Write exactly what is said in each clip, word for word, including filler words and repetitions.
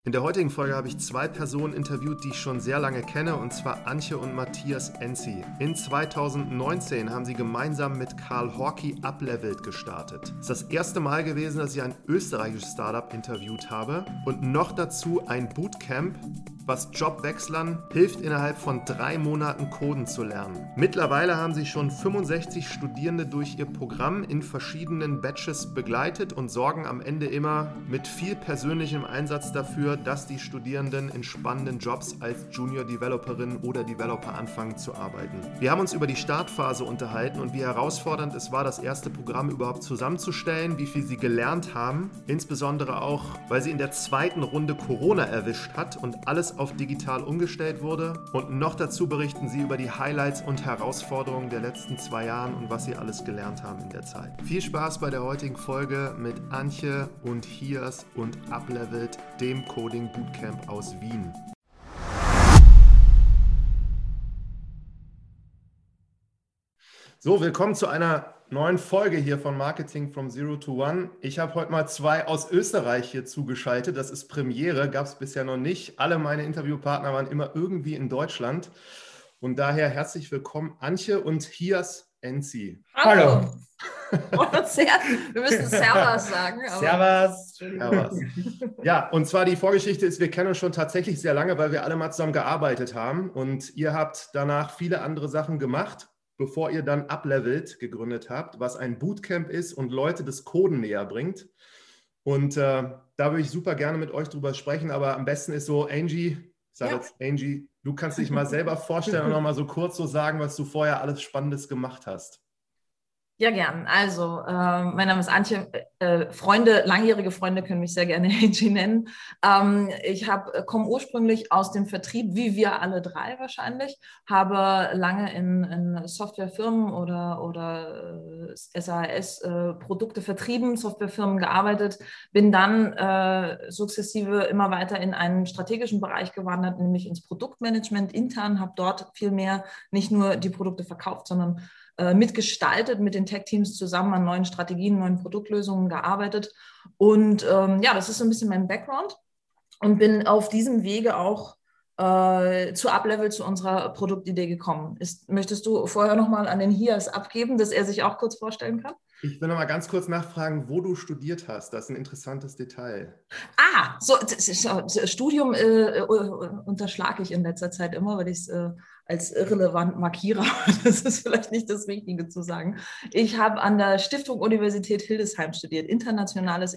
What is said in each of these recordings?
In der heutigen Folge habe ich zwei Personen interviewt, die ich schon sehr lange kenne, und zwar Antje und Matthias Enzi. In zweitausendneunzehn haben sie gemeinsam mit Karl Horkey Uplevelt gestartet. Es ist das erste Mal gewesen, dass ich ein österreichisches Startup interviewt habe und noch dazu ein Bootcamp, was Jobwechslern hilft, innerhalb von drei Monaten Coden zu lernen. Mittlerweile haben sie schon fünfundsechzig Studierende durch ihr Programm in verschiedenen Batches begleitet und sorgen am Ende immer mit viel persönlichem Einsatz dafür, dass die Studierenden in spannenden Jobs als Junior Developerin oder Developer anfangen zu arbeiten. Wir haben uns über die Startphase unterhalten und wie herausfordernd es war, das erste Programm überhaupt zusammenzustellen, wie viel sie gelernt haben, insbesondere auch, weil sie in der zweiten Runde Corona erwischt hat und alles auf digital umgestellt wurde. Und noch dazu berichten sie über die Highlights und Herausforderungen der letzten zwei Jahren und was sie alles gelernt haben in der Zeit. Viel Spaß bei der heutigen Folge mit Antje und Hias und Uplevelt, dem Coding Bootcamp aus Wien. So, willkommen zu einer neuen Folge hier von Marketing from Zero to One. Ich habe heute mal zwei aus Österreich hier zugeschaltet. Das ist Premiere, gab es bisher noch nicht. Alle meine Interviewpartner waren immer irgendwie in Deutschland. Und daher herzlich willkommen Antje und Hias Enzi. Hallo. Hallo. Sehr, wir müssen Servus sagen. Aber Servus. Servus. Ja, und zwar die Vorgeschichte ist, wir kennen uns schon tatsächlich sehr lange, weil wir alle mal zusammen gearbeitet haben. Und ihr habt danach viele andere Sachen gemacht, bevor ihr dann Uplevelt gegründet habt, was ein Bootcamp ist und Leute das Coden näher bringt. Und äh, da würde ich super gerne mit euch drüber sprechen, aber am besten ist so, Angie, ich sage ja. jetzt Angie, du kannst dich mal selber vorstellen und noch mal so kurz so sagen, was du vorher alles Spannendes gemacht hast. Ja, gern. Also, äh, mein Name ist Antje. Äh, Freunde, langjährige Freunde können mich sehr gerne Angie nennen. Ähm, ich hab, komme ursprünglich aus dem Vertrieb, wie wir alle drei wahrscheinlich, habe lange in, in Softwarefirmen oder, oder äh, S A S-Produkte äh, vertrieben, Softwarefirmen gearbeitet, bin dann äh, sukzessive immer weiter in einen strategischen Bereich gewandert, nämlich ins Produktmanagement intern, habe dort viel mehr nicht nur die Produkte verkauft, sondern mitgestaltet, mit den Tech-Teams zusammen an neuen Strategien, neuen Produktlösungen gearbeitet. Und ähm, ja, das ist so ein bisschen mein Background und bin auf diesem Wege auch äh, zu Uplevelt, zu unserer Produktidee gekommen. Ist, möchtest du vorher nochmal an den Hias abgeben, dass er sich auch kurz vorstellen kann? Ich will noch mal ganz kurz nachfragen, wo du studiert hast. Das ist ein interessantes Detail. Ah, so das ist, das Studium äh, unterschlage ich in letzter Zeit immer, weil ich es äh, als irrelevant markiere. Das ist vielleicht nicht das Richtige zu sagen. Ich habe an der Stiftung Universität Hildesheim studiert, internationales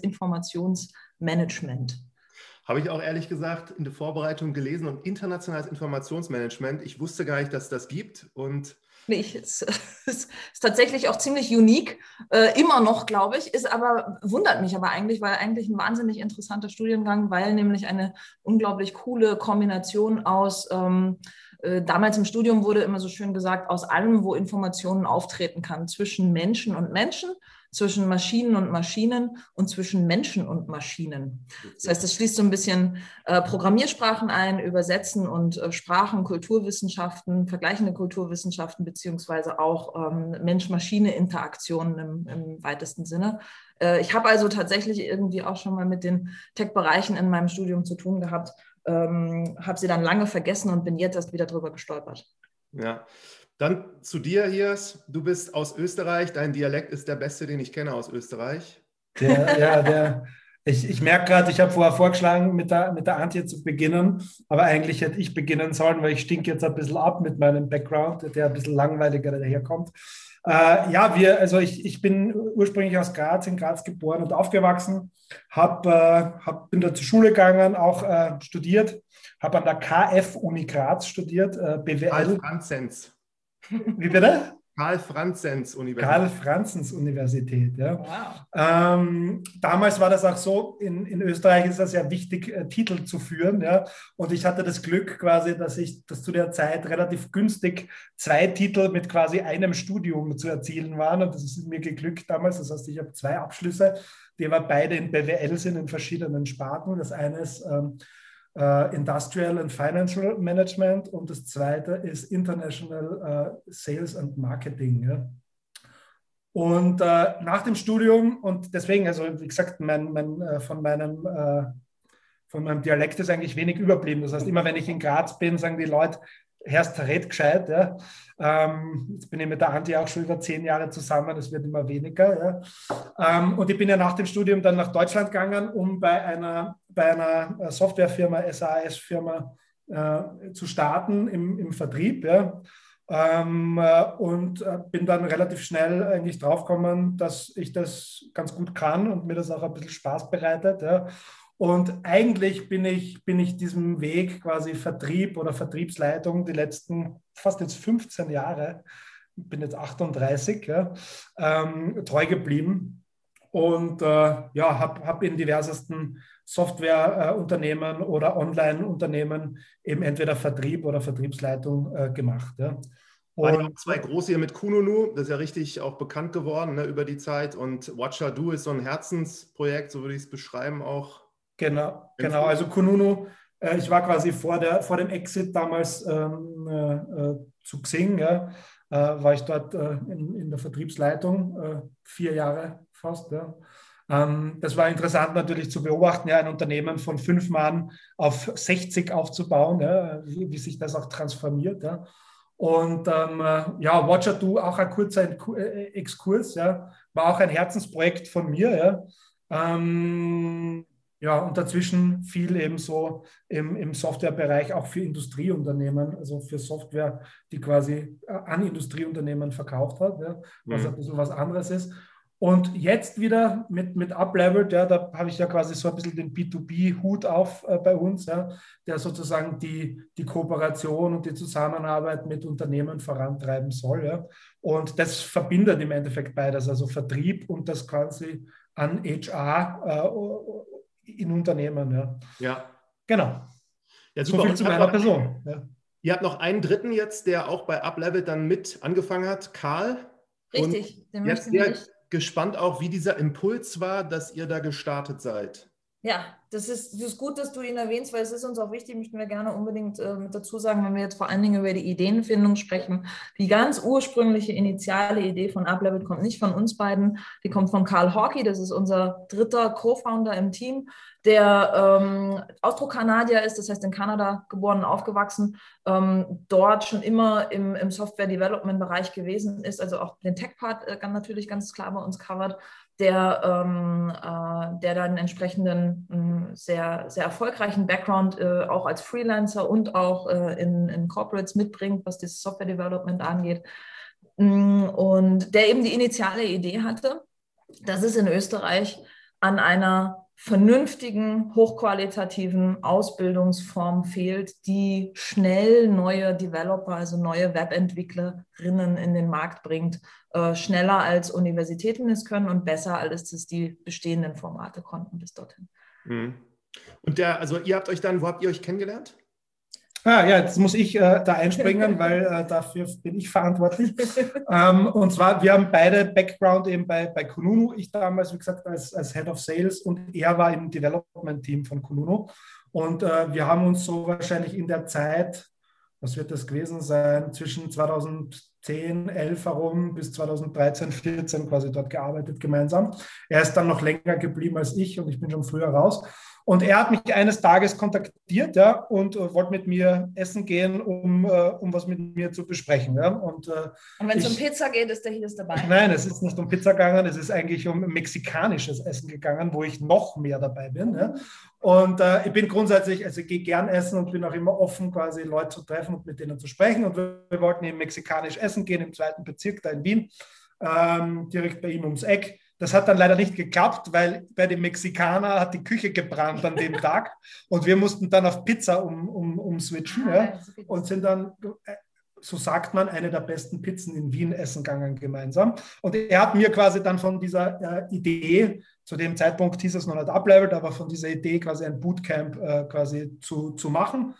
Informationsmanagement. Habe ich auch ehrlich gesagt in der Vorbereitung gelesen und internationales Informationsmanagement. Ich wusste gar nicht, dass es das gibt und Nee, es ist, ist tatsächlich auch ziemlich unique, äh, immer noch, glaube ich, ist aber, wundert mich aber eigentlich, weil eigentlich ein wahnsinnig interessanter Studiengang, weil nämlich eine unglaublich coole Kombination aus, ähm, äh, damals im Studium wurde immer so schön gesagt, aus allem, wo Informationen auftreten kann, zwischen Menschen und Menschen, zwischen Maschinen und Maschinen und zwischen Menschen und Maschinen. Das heißt, es schließt so ein bisschen äh, Programmiersprachen ein, Übersetzen und äh, Sprachen, Kulturwissenschaften, vergleichende Kulturwissenschaften, beziehungsweise auch ähm, Mensch-Maschine-Interaktionen im, im weitesten Sinne. Äh, ich habe also tatsächlich irgendwie auch schon mal mit den Tech-Bereichen in meinem Studium zu tun gehabt, ähm, habe sie dann lange vergessen und bin jetzt erst wieder drüber gestolpert. Ja. Dann zu dir, Hias. Du bist aus Österreich. Dein Dialekt ist der beste, den ich kenne aus Österreich. Der, ja, der, ich, ich merke gerade, ich habe vorher vorgeschlagen, mit der, mit der Antje zu beginnen, aber eigentlich hätte ich beginnen sollen, weil ich stinke jetzt ein bisschen ab mit meinem Background, der ein bisschen langweiliger daherkommt. Äh, ja, wir, also ich, ich bin ursprünglich aus Graz, in Graz geboren und aufgewachsen, hab, äh, hab, bin da zur Schule gegangen, auch äh, studiert, habe an der K F-Uni Graz studiert, äh, B W L. Karl Franzens. Wie bitte? Karl Franzens Universität. Karl Franzens Universität, ja. Wow. Ähm, damals war das auch so, in, in Österreich ist das ja wichtig, äh, Titel zu führen, ja. Und ich hatte das Glück quasi, dass ich, dass zu der Zeit relativ günstig zwei Titel mit quasi einem Studium zu erzielen waren. Und das ist mir geglückt damals. Das heißt, ich habe zwei Abschlüsse, die aber beide in B W L sind, in verschiedenen Sparten. Das eine ist ähm, Uh, Industrial and Financial Management und das zweite ist International uh, Sales and Marketing. Ja. Und uh, nach dem Studium und deswegen, also wie gesagt, mein, mein, uh, von meinem uh, von meinem Dialekt ist eigentlich wenig überblieben. Das heißt, immer wenn ich in Graz bin, sagen die Leute, Herrst, red gescheit. Ja. Ähm, jetzt bin ich mit der Antje auch schon über zehn Jahre zusammen, es wird immer weniger. Ja. Ähm, und ich bin ja nach dem Studium dann nach Deutschland gegangen, um bei einer, bei einer Softwarefirma, S A S-Firma, äh, zu starten im, im Vertrieb. Ja. Ähm, äh, und äh, bin dann relativ schnell eigentlich draufgekommen, dass ich das ganz gut kann und mir das auch ein bisschen Spaß bereitet. Ja. Und eigentlich bin ich, bin ich diesem Weg quasi Vertrieb oder Vertriebsleitung die letzten fast jetzt fünfzehn Jahre, ich bin jetzt achtunddreißig, ja, ähm, treu geblieben und äh, ja, habe hab in diversesten Softwareunternehmen äh, oder Online-Unternehmen eben entweder Vertrieb oder Vertriebsleitung äh, gemacht. Ja. Waren ja auch zwei große hier mit Kununu, das ist ja richtig auch bekannt geworden, ne, über die Zeit. Und Watchadoo ist so ein Herzensprojekt, so würde ich es beschreiben auch. Genau, genau. Also Kununu, äh, ich war quasi vor, der, vor dem Exit damals ähm, äh, zu Xing, ja, äh, war ich dort äh, in, in der Vertriebsleitung, äh, vier Jahre fast. Ja. Ähm, das war interessant natürlich zu beobachten, ja, ein Unternehmen von fünf Mann auf sechzig aufzubauen, ja, wie, wie sich das auch transformiert. Ja. Und ähm, ja, Watchadoo, auch ein kurzer Exkurs, ja, war auch ein Herzensprojekt von mir. Ja. Ähm, Ja, und dazwischen viel eben so im, im Softwarebereich auch für Industrieunternehmen, also für Software, die quasi an Industrieunternehmen verkauft hat, ja, was mhm. ein bisschen was anderes ist. Und jetzt wieder mit, mit Upleveled, ja, da habe ich ja quasi so ein bisschen den B zwei B-Hut auf äh, bei uns, ja, der sozusagen die, die Kooperation und die Zusammenarbeit mit Unternehmen vorantreiben soll. Ja. Und das verbindet im Endeffekt beides, also Vertrieb und das quasi an H R äh, in Unternehmen, ja. Ja. Genau. Ja, super. So viel und zu meiner Person. Ja. Ihr habt noch einen dritten jetzt, der auch bei Uplevel dann mit angefangen hat, Karl. Richtig. Und den jetzt sehr ich... gespannt auch, wie dieser Impuls war, dass ihr da gestartet seid. Ja, das ist, das ist gut, dass du ihn erwähnst, weil es ist uns auch wichtig, möchten wir gerne unbedingt äh, mit dazu sagen, wenn wir jetzt vor allen Dingen über die Ideenfindung sprechen. Die ganz ursprüngliche initiale Idee von Uplevel kommt nicht von uns beiden, die kommt von Carl Hawkey, das ist unser dritter Co-Founder im Team, der ähm, Austro-Kanadier ist, das heißt in Kanada geboren und aufgewachsen, ähm, dort schon immer im, im Software-Development-Bereich gewesen ist, also auch den Tech-Part äh, natürlich ganz klar bei uns covert, der, ähm, äh, der dann entsprechenden äh, sehr, sehr erfolgreichen Background äh, auch als Freelancer und auch äh, in, in Corporates mitbringt, was das Software-Development angeht. Und der eben die initiale Idee hatte, dass es in Österreich an einer vernünftigen, hochqualitativen Ausbildungsform fehlt, die schnell neue Developer, also neue Webentwicklerinnen in den Markt bringt, äh, schneller als Universitäten es können und besser, als es die bestehenden Formate konnten bis dorthin. Mhm. Und der, also ihr habt euch dann, wo habt ihr euch kennengelernt? Ah, ja, jetzt muss ich äh, da einspringen, weil äh, dafür bin ich verantwortlich. ähm, und zwar, wir haben beide Background eben bei, bei Kununu. Ich damals, wie gesagt, als, als Head of Sales und er war im Development-Team von Kununu. Und äh, wir haben uns so wahrscheinlich in der Zeit, was wird das gewesen sein, zwischen zweitausendzehn, elf herum bis zweitausenddreizehn, vierzehn quasi dort gearbeitet gemeinsam. Er ist dann noch länger geblieben als ich und ich bin schon früher raus. Und er hat mich eines Tages kontaktiert, ja, und äh, wollte mit mir essen gehen, um, äh, um was mit mir zu besprechen. Ja. Und, äh, und wenn es um Pizza geht, ist der hier dabei? Nein, es ist nicht um Pizza gegangen, es ist eigentlich um mexikanisches Essen gegangen, wo ich noch mehr dabei bin. Ja. Und äh, ich bin grundsätzlich, also ich gehe gern essen und bin auch immer offen, quasi Leute zu treffen und mit denen zu sprechen. Und wir, wir wollten eben mexikanisch essen gehen im zweiten Bezirk da in Wien, ähm, direkt bei ihm ums Eck. Das hat dann leider nicht geklappt, weil bei den Mexikanern hat die Küche gebrannt an dem Tag und wir mussten dann auf Pizza um, um, umswitchen, ja, und sind dann, so sagt man, eine der besten Pizzen in Wien essen gegangen gemeinsam. Und er hat mir quasi dann von dieser äh, Idee, zu dem Zeitpunkt hieß es noch nicht Upleveled, aber von dieser Idee quasi ein Bootcamp äh, quasi zu, zu machen,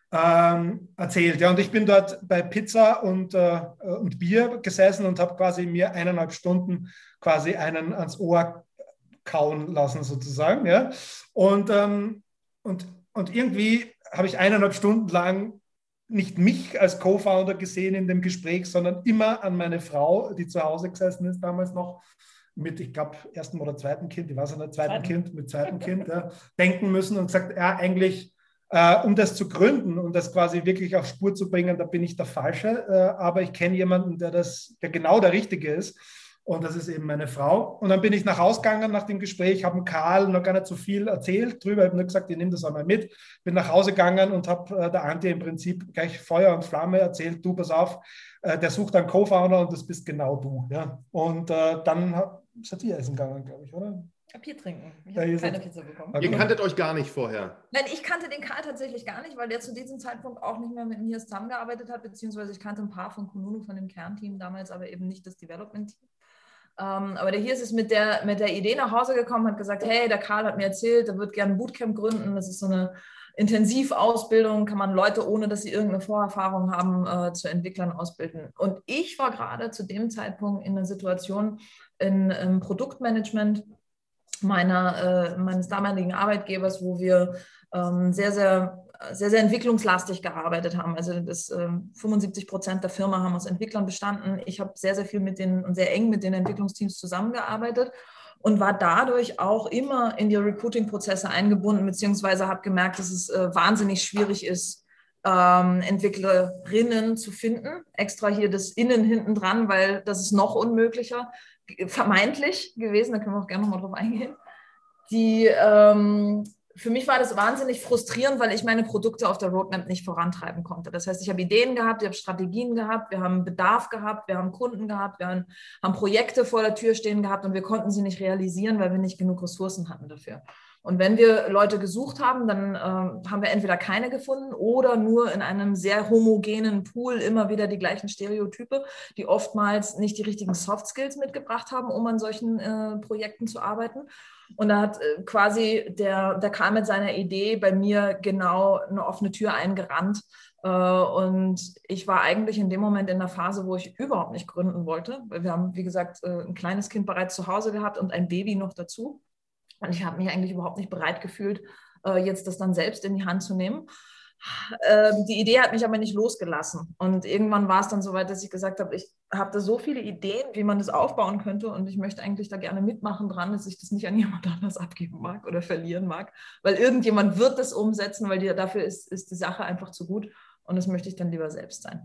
Ähm, erzählt. Ja, und ich bin dort bei Pizza und, äh, und Bier gesessen und habe quasi mir eineinhalb Stunden quasi einen ans Ohr kauen lassen sozusagen. Ja. Und, ähm, und, und irgendwie habe ich eineinhalb Stunden lang nicht mich als Co-Founder gesehen in dem Gespräch, sondern immer an meine Frau, die zu Hause gesessen ist damals noch, mit, ich glaube, ersten oder zweiten Kind, ich weiß nicht, zweiten Zweiten. Kind, mit zweitem Kind ja, denken müssen und gesagt, ja, eigentlich, äh, um das zu gründen und das quasi wirklich auf Spur zu bringen, da bin ich der Falsche, äh, aber ich kenne jemanden, der das, der genau der Richtige ist. Und das ist eben meine Frau. Und dann bin ich nach Hause gegangen nach dem Gespräch, habe Karl noch gar nicht so viel erzählt drüber. Ich habe nur gesagt, ich nehme das einmal mit. Bin nach Hause gegangen und habe äh, der Antje im Prinzip gleich Feuer und Flamme erzählt. Du, pass auf, äh, der sucht einen Co-Founder und das bist genau du. Ja? Und äh, dann seid ihr essen gegangen, glaube ich, oder? Bier trinken. Ich Ja, habe ihr keine seid- Pizza bekommen. Okay. Ihr kanntet euch gar nicht vorher. Nein, ich kannte den Karl tatsächlich gar nicht, weil der zu diesem Zeitpunkt auch nicht mehr mit mir zusammengearbeitet hat, beziehungsweise ich kannte ein paar von Kununu, von dem Kernteam damals, aber eben nicht das Development-Team. Ähm, aber der hier ist es mit der, mit der Idee nach Hause gekommen, hat gesagt, hey, der Karl hat mir erzählt, er wird gerne ein Bootcamp gründen. Das ist so eine Intensivausbildung, kann man Leute, ohne dass sie irgendeine Vorerfahrung haben, äh, zu Entwicklern ausbilden. Und ich war gerade zu dem Zeitpunkt in einer Situation in, im Produktmanagement meiner, äh, meines damaligen Arbeitgebers, wo wir ähm, sehr, sehr sehr, sehr entwicklungslastig gearbeitet haben. Also das, äh, fünfundsiebzig Prozent der Firma haben aus Entwicklern bestanden. Ich habe sehr, sehr viel mit den und sehr eng mit den Entwicklungsteams zusammengearbeitet und war dadurch auch immer in die Recruiting-Prozesse eingebunden, beziehungsweise habe gemerkt, dass es äh, wahnsinnig schwierig ist, ähm, Entwicklerinnen zu finden. Extra hier das Innen hinten dran, weil das ist noch unmöglicher, vermeintlich gewesen. Da können wir auch gerne nochmal drauf eingehen. Die ähm, Für mich war das wahnsinnig frustrierend, weil ich meine Produkte auf der Roadmap nicht vorantreiben konnte. Das heißt, ich habe Ideen gehabt, ich habe Strategien gehabt, wir haben Bedarf gehabt, wir haben Kunden gehabt, wir haben, haben Projekte vor der Tür stehen gehabt und wir konnten sie nicht realisieren, weil wir nicht genug Ressourcen hatten dafür. Und wenn wir Leute gesucht haben, dann äh, haben wir entweder keine gefunden oder nur in einem sehr homogenen Pool immer wieder die gleichen Stereotype, die oftmals nicht die richtigen Soft Skills mitgebracht haben, um an solchen äh, Projekten zu arbeiten. Und da hat äh, quasi der, der Karl mit seiner Idee bei mir genau eine offene Tür eingerannt. Äh, und ich war eigentlich in dem Moment in der Phase, wo ich überhaupt nicht gründen wollte. Weil wir haben, wie gesagt, äh, ein kleines Kind bereits zu Hause gehabt und ein Baby noch dazu. Und ich habe mich eigentlich überhaupt nicht bereit gefühlt, äh, jetzt das dann selbst in die Hand zu nehmen. Ähm, die Idee hat mich aber nicht losgelassen. Und irgendwann war es dann so weit, dass ich gesagt habe, ich habe da so viele Ideen, wie man das aufbauen könnte. Und ich möchte eigentlich da gerne mitmachen dran, dass ich das nicht an jemand anders abgeben mag oder verlieren mag. Weil irgendjemand wird das umsetzen, weil die, dafür ist, ist die Sache einfach zu gut. Und das möchte ich dann lieber selbst sein.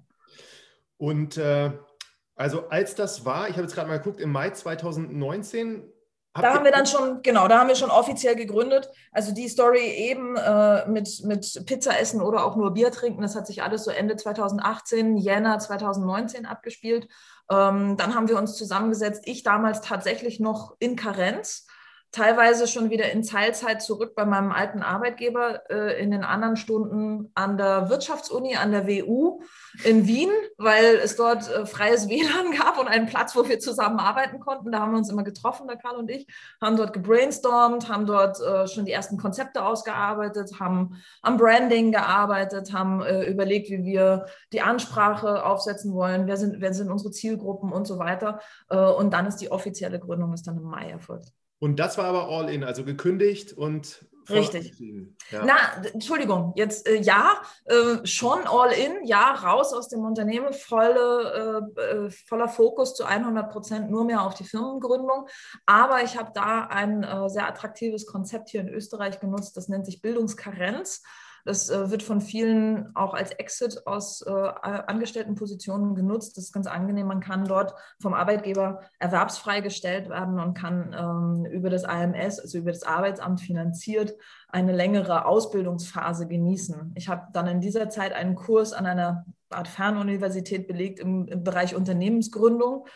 Und äh, also als das war, ich habe jetzt gerade mal geguckt, im Mai zweitausendneunzehn... Da haben wir dann schon, genau, da haben wir schon offiziell gegründet. Also die Story eben äh, mit, mit Pizza essen oder auch nur Bier trinken, das hat sich alles so Ende zweitausendachtzehn, Jänner zweitausendneunzehn abgespielt. Ähm, dann haben wir uns zusammengesetzt, ich damals tatsächlich noch in Karenz, teilweise schon wieder in Teilzeit zurück bei meinem alten Arbeitgeber, äh, in den anderen Stunden an der Wirtschaftsuni, an der W U in Wien, weil es dort äh, freies W L A N gab und einen Platz, wo wir zusammen arbeiten konnten. Da haben wir uns immer getroffen, der Karl und ich, haben dort gebrainstormt, haben dort äh, schon die ersten Konzepte ausgearbeitet, haben am Branding gearbeitet, haben äh, überlegt, wie wir die Ansprache aufsetzen wollen, wer sind, wer sind unsere Zielgruppen und so weiter. Äh, und dann ist die offizielle Gründung ist dann im Mai erfolgt. Und das war aber all in, also gekündigt und richtig. Ja. Na, Entschuldigung, jetzt äh, ja, äh, schon all in, ja, raus aus dem Unternehmen, volle, äh, voller Fokus zu hundert Prozent nur mehr auf die Firmengründung. Aber ich habe da ein äh, sehr attraktives Konzept hier in Österreich genutzt, das nennt sich Bildungskarenz. Das äh, wird von vielen auch als Exit aus äh, Angestelltenpositionen genutzt. Das ist ganz angenehm. Man kann dort vom Arbeitgeber erwerbsfrei gestellt werden und kann ähm, über das A M S, also über das Arbeitsamt finanziert, eine längere Ausbildungsphase genießen. Ich habe dann in dieser Zeit einen Kurs an einer Art Fernuniversität belegt im, im Bereich Unternehmensgründung.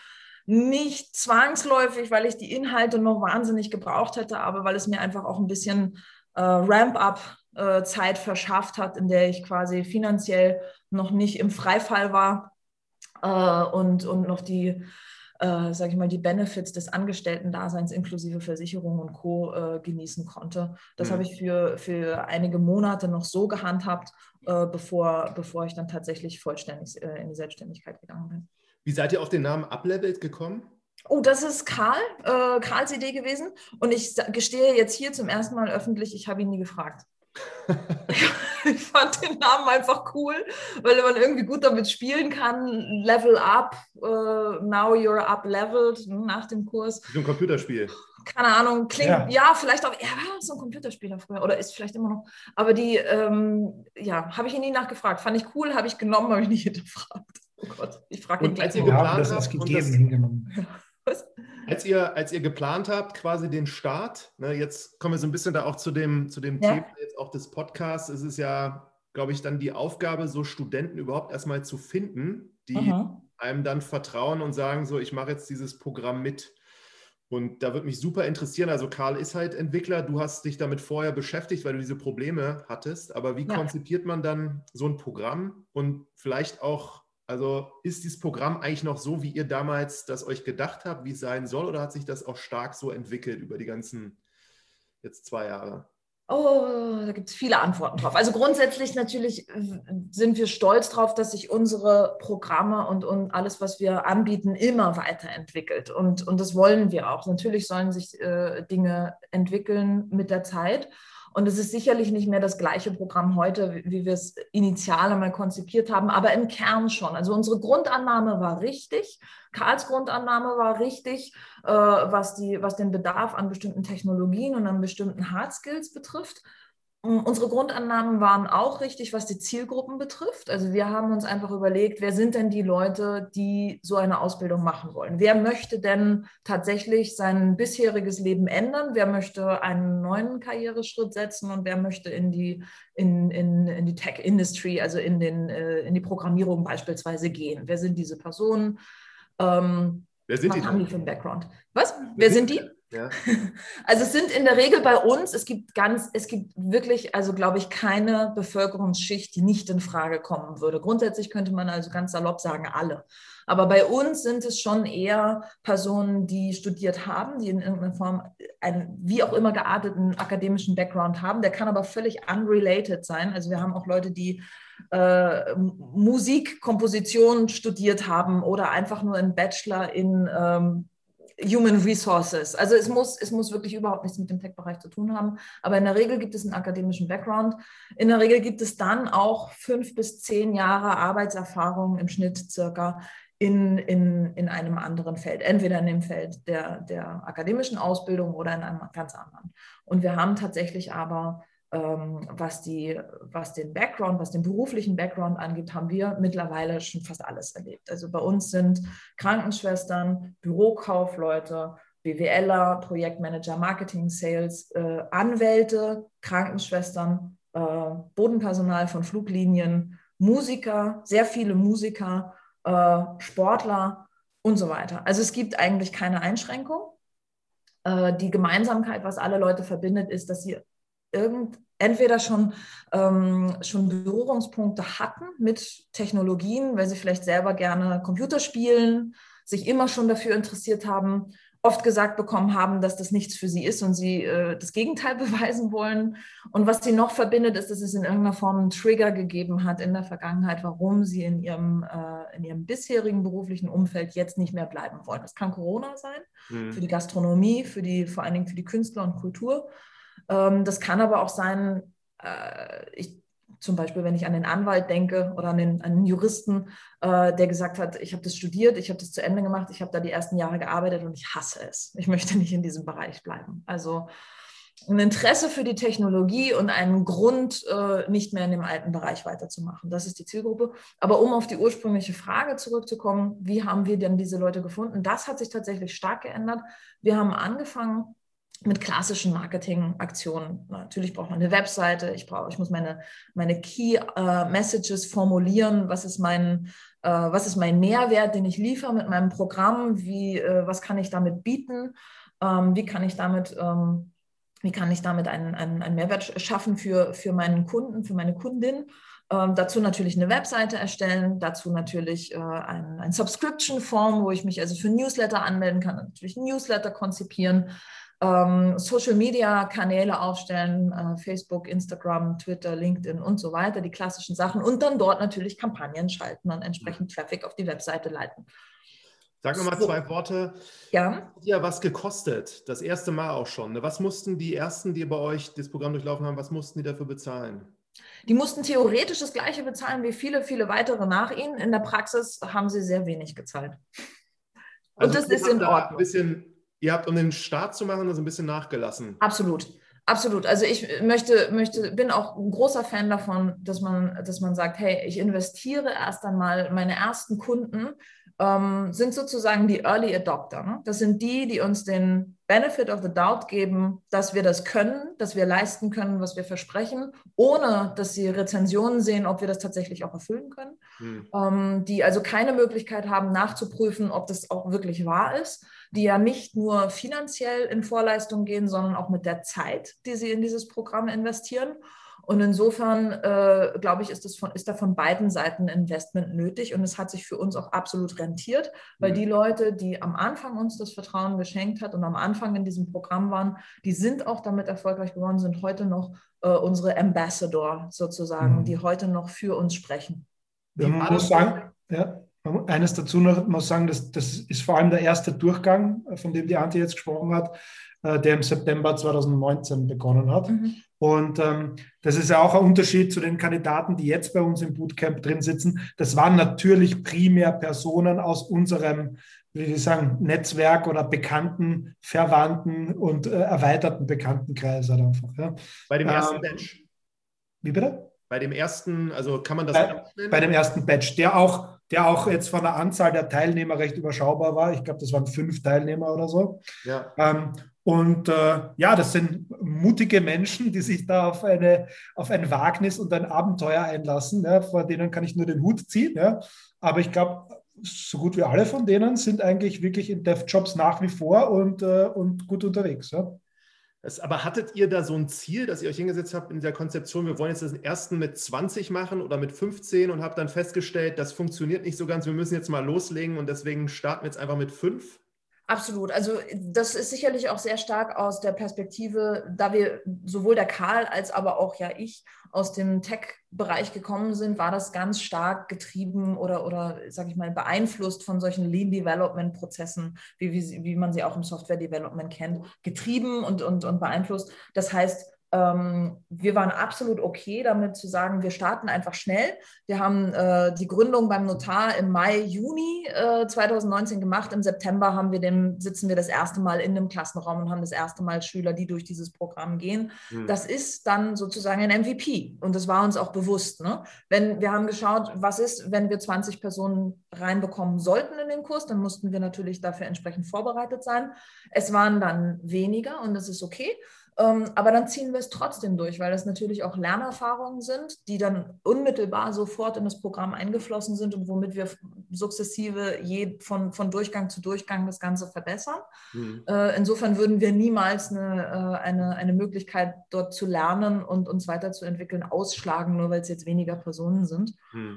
Nicht zwangsläufig, weil ich die Inhalte noch wahnsinnig gebraucht hätte, aber weil es mir einfach auch ein bisschen äh, Ramp-up Zeit verschafft hat, in der ich quasi finanziell noch nicht im Freifall war äh, und, und noch die, äh, sage ich mal, die Benefits des Angestellten-Daseins inklusive Versicherung und Co. Äh, genießen konnte. Das mhm. habe ich für, für einige Monate noch so gehandhabt, äh, bevor, bevor ich dann tatsächlich vollständig äh, in die Selbstständigkeit gegangen bin. Wie seid ihr auf den Namen Uplevelt gekommen? Oh, das ist Karl, äh, Karls Idee gewesen. Und ich gestehe jetzt hier zum ersten Mal öffentlich, ich habe ihn nie gefragt. Ich fand den Namen einfach cool, weil man irgendwie gut damit spielen kann. Level up, uh, now you're up leveled nach dem Kurs. So ein Computerspiel. Keine Ahnung, klingt, ja, ja vielleicht auch, ja, war so ein Computerspieler früher oder ist vielleicht immer noch. Aber die, ähm, ja, habe ich ihn nie nachgefragt. Fand ich cool, habe ich genommen, habe ich nicht hinterfragt. Oh Gott, ich frage ihn und als gleich. ihr geplant das habt, als und gegeben das, hingenommen. Was? Als ihr, als ihr geplant habt, quasi den Start, ne, jetzt kommen wir so ein bisschen da auch zu dem, zu dem Ja. Thema jetzt auch des Podcasts. Es ist ja, glaube ich, dann die Aufgabe, so Studenten überhaupt erstmal zu finden, die Mhm. einem dann vertrauen und sagen, so, ich mache jetzt dieses Programm mit. Und da würde mich super interessieren, also Karl ist halt Entwickler, du hast dich damit vorher beschäftigt, weil du diese Probleme hattest, aber wie Ja. konzipiert man dann so ein Programm und vielleicht auch, also ist dieses Programm eigentlich noch so, wie ihr damals das euch gedacht habt, wie es sein soll, oder hat sich das auch stark so entwickelt über die ganzen jetzt zwei Jahre? Oh, da gibt es viele Antworten drauf. Also grundsätzlich natürlich sind wir stolz drauf, dass sich unsere Programme und, und alles, was wir anbieten, immer weiterentwickelt. Und, und das wollen wir auch. Natürlich sollen sich äh, Dinge entwickeln mit der Zeit. Und es ist sicherlich nicht mehr das gleiche Programm heute, wie, wie wir es initial einmal konzipiert haben, aber im Kern schon. Also unsere Grundannahme war richtig. Karls Grundannahme war richtig, äh, was, die, was den Bedarf an bestimmten Technologien und an bestimmten Hard Skills betrifft. Unsere Grundannahmen waren auch richtig, was die Zielgruppen betrifft. Also wir haben uns einfach überlegt, wer sind denn die Leute, die so eine Ausbildung machen wollen? Wer möchte denn tatsächlich sein bisheriges Leben ändern? Wer möchte einen neuen Karriereschritt setzen und wer möchte in die, in, in, in die Tech-Industry, also in, den, in die Programmierung beispielsweise gehen? Wer sind diese Personen? Ähm, Wer sind was die haben denn? die für einen Background? Was? Wer, Wer sind sind die? Ja. Also es sind in der Regel bei uns, es gibt ganz, es gibt wirklich, also glaube ich, keine Bevölkerungsschicht, die nicht in Frage kommen würde. Grundsätzlich könnte man also ganz salopp sagen, alle. Aber bei uns sind es schon eher Personen, die studiert haben, die in irgendeiner Form einen wie auch immer gearteten akademischen Background haben. Der kann aber völlig unrelated sein. Also wir haben auch Leute, die äh, Musik, Komposition studiert haben oder einfach nur einen Bachelor in ähm, Human Resources. Also es muss, es muss wirklich überhaupt nichts mit dem Tech-Bereich zu tun haben. Aber in der Regel gibt es einen akademischen Background. In der Regel gibt es dann auch fünf bis zehn Jahre Arbeitserfahrung im Schnitt circa in, in, in einem anderen Feld. Entweder in dem Feld der, der akademischen Ausbildung oder in einem ganz anderen. Und wir haben tatsächlich aber Was, die, was den Background, was den beruflichen Background angeht, haben wir mittlerweile schon fast alles erlebt. Also bei uns sind Krankenschwestern, Bürokaufleute, BWLer, Projektmanager, Marketing, Sales, äh, Anwälte, Krankenschwestern, äh, Bodenpersonal von Fluglinien, Musiker, sehr viele Musiker, äh, Sportler und so weiter. Also es gibt eigentlich keine Einschränkung. Äh, die Gemeinsamkeit, was alle Leute verbindet, ist, dass sie Irgend, entweder schon, ähm, schon Berührungspunkte hatten mit Technologien, weil sie vielleicht selber gerne Computer spielen, sich immer schon dafür interessiert haben, oft gesagt bekommen haben, dass das nichts für sie ist und sie äh, das Gegenteil beweisen wollen. Und was sie noch verbindet, ist, dass es in irgendeiner Form einen Trigger gegeben hat in der Vergangenheit, warum sie in ihrem, äh, in ihrem bisherigen beruflichen Umfeld jetzt nicht mehr bleiben wollen. Das kann Corona sein, mhm. für die Gastronomie, für die, vor allen Dingen für die Künstler und Kultur. Das kann aber auch sein, äh, ich, zum Beispiel, wenn ich an den Anwalt denke oder an den, an den Juristen, äh, der gesagt hat, ich habe das studiert, ich habe das zu Ende gemacht, ich habe da die ersten Jahre gearbeitet und ich hasse es. Ich möchte nicht in diesem Bereich bleiben. Also ein Interesse für die Technologie und einen Grund, äh, nicht mehr in dem alten Bereich weiterzumachen. Das ist die Zielgruppe. Aber um auf die ursprüngliche Frage zurückzukommen, wie haben wir denn diese Leute gefunden? Das hat sich tatsächlich stark geändert. Wir haben angefangen mit klassischen Marketingaktionen. Natürlich braucht man eine Webseite, ich, brauche, ich muss meine, meine Key äh, Messages formulieren, was ist, mein, äh, was ist mein Mehrwert, den ich liefere mit meinem Programm, wie, äh, was kann ich damit bieten, ähm, wie kann ich damit, ähm, wie kann ich damit einen, einen, einen Mehrwert schaffen für, für meinen Kunden, für meine Kundin. Ähm, dazu natürlich eine Webseite erstellen, dazu natürlich äh, ein, ein Subscription-Form, wo ich mich also für Newsletter anmelden kann, natürlich Newsletter konzipieren, Ähm, Social-Media-Kanäle aufstellen, äh, Facebook, Instagram, Twitter, LinkedIn und so weiter, die klassischen Sachen und dann dort natürlich Kampagnen schalten und entsprechend Traffic auf die Webseite leiten. Sag noch mal so. zwei Worte. Ja. Hat ja was gekostet, das erste Mal auch schon. Was mussten die Ersten, die bei euch das Programm durchlaufen haben, was mussten die dafür bezahlen? Die mussten theoretisch das Gleiche bezahlen wie viele, viele weitere nach ihnen. In der Praxis haben sie sehr wenig gezahlt. Und Also das ihr ist habt in da ein Ordnung. bisschen, ihr habt, um den Start zu machen, also ein bisschen nachgelassen. Absolut. Absolut. Also ich möchte, möchte, bin auch ein großer Fan davon, dass man, dass man sagt, hey, ich investiere erst einmal, meine ersten Kunden ähm, sind sozusagen die Early Adopter. Ne? Das sind die, die uns den Benefit of the Doubt geben, dass wir das können, dass wir leisten können, was wir versprechen, ohne dass sie Rezensionen sehen, ob wir das tatsächlich auch erfüllen können. Hm. Ähm, die also keine Möglichkeit haben, nachzuprüfen, ob das auch wirklich wahr ist, die ja nicht nur finanziell in Vorleistung gehen, sondern auch mit der Zeit, die sie in dieses Programm investieren. Und insofern, äh, glaube ich, ist, das von, ist da von beiden Seiten Investment nötig. Und es hat sich für uns auch absolut rentiert, weil die Leute, die am Anfang uns das Vertrauen geschenkt hat und am Anfang in diesem Programm waren, die sind auch damit erfolgreich geworden, sind heute noch äh, unsere Ambassador sozusagen, mhm. die heute noch für uns sprechen. Ja, man muss sagen, ja, eines dazu noch, man muss sagen, das, das ist vor allem der erste Durchgang, von dem die Antje jetzt gesprochen hat, der im September zweitausendneunzehn begonnen hat. Mhm. Und ähm, das ist ja auch ein Unterschied zu den Kandidaten, die jetzt bei uns im Bootcamp drin sitzen. Das waren natürlich primär Personen aus unserem, wie ich sagen, Netzwerk oder Bekannten, Verwandten und äh, erweiterten Bekanntenkreis halt einfach. Ja. Bei dem ersten ähm, Batch. Wie bitte? Bei dem ersten, also kann man das bei, bei dem ersten Batch, der auch, der auch jetzt von der Anzahl der Teilnehmer recht überschaubar war. Ich glaube, das waren fünf Teilnehmer oder so. Ja. Ähm, und äh, ja, das sind mutige Menschen, die sich da auf, eine, auf ein Wagnis und ein Abenteuer einlassen. Ja, vor denen kann ich nur den Hut ziehen. Ja. Aber ich glaube, so gut wie alle von denen sind eigentlich wirklich in DevJobs nach wie vor und, äh, und gut unterwegs. Ja. Das, aber hattet ihr da so ein Ziel, dass ihr euch hingesetzt habt in der Konzeption, wir wollen jetzt den ersten mit zwanzig machen oder mit fünfzehn und habt dann festgestellt, das funktioniert nicht so ganz, wir müssen jetzt mal loslegen und deswegen starten wir jetzt einfach mit fünf? Absolut. Also das ist sicherlich auch sehr stark aus der Perspektive, da wir sowohl der Karl als aber auch ja ich aus dem Tech-Bereich gekommen sind, war das ganz stark getrieben oder, oder sage ich mal, beeinflusst von solchen Lean-Development-Prozessen, wie, wie, wie man sie auch im Software-Development kennt, getrieben und, und, und beeinflusst. Das heißt, Ähm, wir waren absolut okay damit zu sagen, wir starten einfach schnell. Wir haben äh, die Gründung beim Notar im Mai, Juni äh, zweitausendneunzehn gemacht. Im September haben wir dem, sitzen wir das erste Mal in einem Klassenraum und haben das erste Mal Schüler, die durch dieses Programm gehen. Mhm. Das ist dann sozusagen ein M V P und das war uns auch bewusst. Ne? Wenn, wir haben geschaut, was ist, wenn wir zwanzig Personen reinbekommen sollten in den Kurs, dann mussten wir natürlich dafür entsprechend vorbereitet sein. Es waren dann weniger und das ist okay. Ähm, aber dann ziehen wir es trotzdem durch, weil das natürlich auch Lernerfahrungen sind, die dann unmittelbar sofort in das Programm eingeflossen sind und womit wir sukzessive je von, von Durchgang zu Durchgang das Ganze verbessern. Mhm. Äh, insofern würden wir niemals eine, eine, eine Möglichkeit, dort zu lernen und uns weiterzuentwickeln, ausschlagen, nur weil es jetzt weniger Personen sind. Mhm.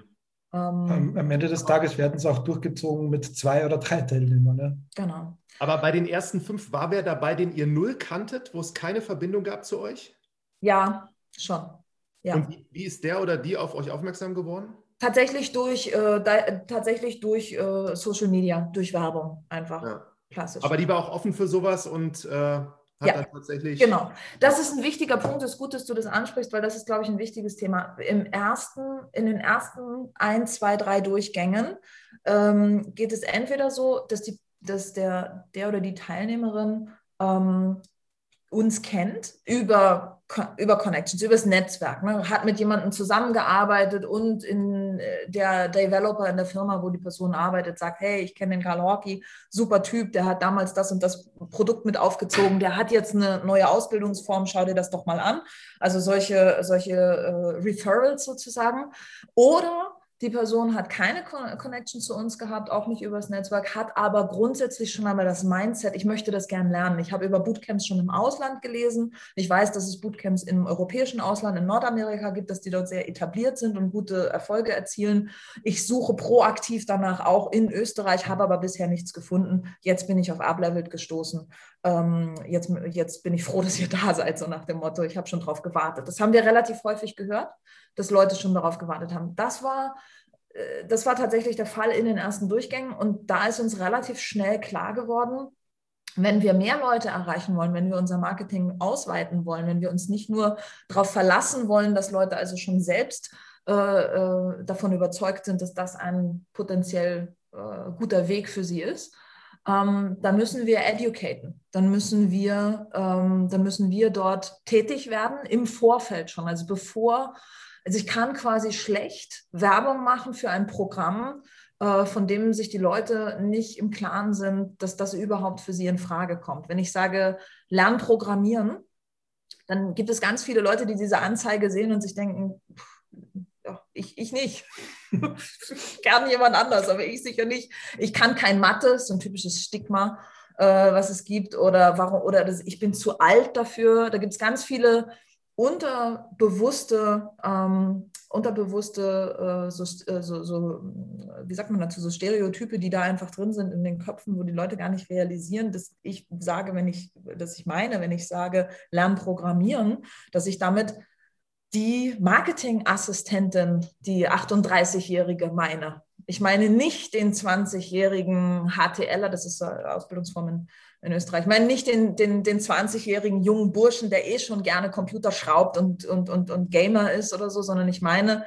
Am, am Ende des Tages werden es auch durchgezogen mit zwei oder drei Teilnehmern. Ne? Genau. Aber bei den ersten fünf war wer dabei, den ihr null kanntet, wo es keine Verbindung gab zu euch? Ja, schon. Ja. Und wie, wie ist der oder die auf euch aufmerksam geworden? Tatsächlich durch, äh, da, tatsächlich durch äh, Social Media, durch Werbung einfach. Ja. Klassisch. Aber die war auch offen für sowas und äh, hat ja, dann tatsächlich... Genau. Das ist ein wichtiger Punkt. Es ist gut, dass du das ansprichst, weil das ist, glaube ich, ein wichtiges Thema. Im ersten, in den ersten ein, zwei, drei Durchgängen ähm, geht es entweder so, dass, die, dass der, der oder die Teilnehmerin ähm, uns kennt über, über Connections, über das Netzwerk, ne? Hat mit jemandem zusammengearbeitet und in der Developer in der Firma, wo die Person arbeitet, sagt, hey, ich kenne den Karl Horky, super Typ, der hat damals das und das Produkt mit aufgezogen, der hat jetzt eine neue Ausbildungsform, schau dir das doch mal an. Also solche, solche äh, Referrals sozusagen. Oder die Person hat keine Connection zu uns gehabt, auch nicht übers Netzwerk, hat aber grundsätzlich schon einmal das Mindset, ich möchte das gern lernen. Ich habe über Bootcamps schon im Ausland gelesen. Ich weiß, dass es Bootcamps im europäischen Ausland, in Nordamerika gibt, dass die dort sehr etabliert sind und gute Erfolge erzielen. Ich suche proaktiv danach auch in Österreich, habe aber bisher nichts gefunden. Jetzt bin ich auf Upleveled gestoßen. Ähm, jetzt, jetzt bin ich froh, dass ihr da seid, so nach dem Motto. Ich habe schon drauf gewartet. Das haben wir relativ häufig gehört, dass Leute schon darauf gewartet haben. Das war, äh, das war tatsächlich der Fall in den ersten Durchgängen und da ist uns relativ schnell klar geworden, wenn wir mehr Leute erreichen wollen, wenn wir unser Marketing ausweiten wollen, wenn wir uns nicht nur darauf verlassen wollen, dass Leute also schon selbst äh, äh, davon überzeugt sind, dass das ein potenziell äh, guter Weg für sie ist, ähm, dann müssen wir educaten. Dann müssen wir, ähm, dann müssen wir dort tätig werden im Vorfeld schon. Also bevor, also ich kann quasi schlecht Werbung machen für ein Programm, von dem sich die Leute nicht im Klaren sind, dass das überhaupt für sie in Frage kommt. Wenn ich sage, lern programmieren, dann gibt es ganz viele Leute, die diese Anzeige sehen und sich denken, ja, ich, ich nicht. Gern jemand anders, aber ich sicher nicht. Ich kann kein Mathe, das ist so ein typisches Stigma, äh, was es gibt. Oder, warum, oder das, ich bin zu alt dafür. Da gibt es ganz viele unterbewusste, ähm, unterbewusste äh, so, so, so, wie sagt man dazu, so Stereotype, die da einfach drin sind in den Köpfen, wo die Leute gar nicht realisieren, dass ich sage, wenn ich, dass ich meine, wenn ich sage, lern programmieren, dass ich damit die Marketingassistentin, die achtunddreißigjährige meine. Ich meine nicht den zwanzigjährigen HTLer, das ist eine Ausbildungsform in, in Österreich. Ich meine nicht den, den, den zwanzigjährigen jungen Burschen, der eh schon gerne Computer schraubt und, und, und, und Gamer ist oder so, sondern ich meine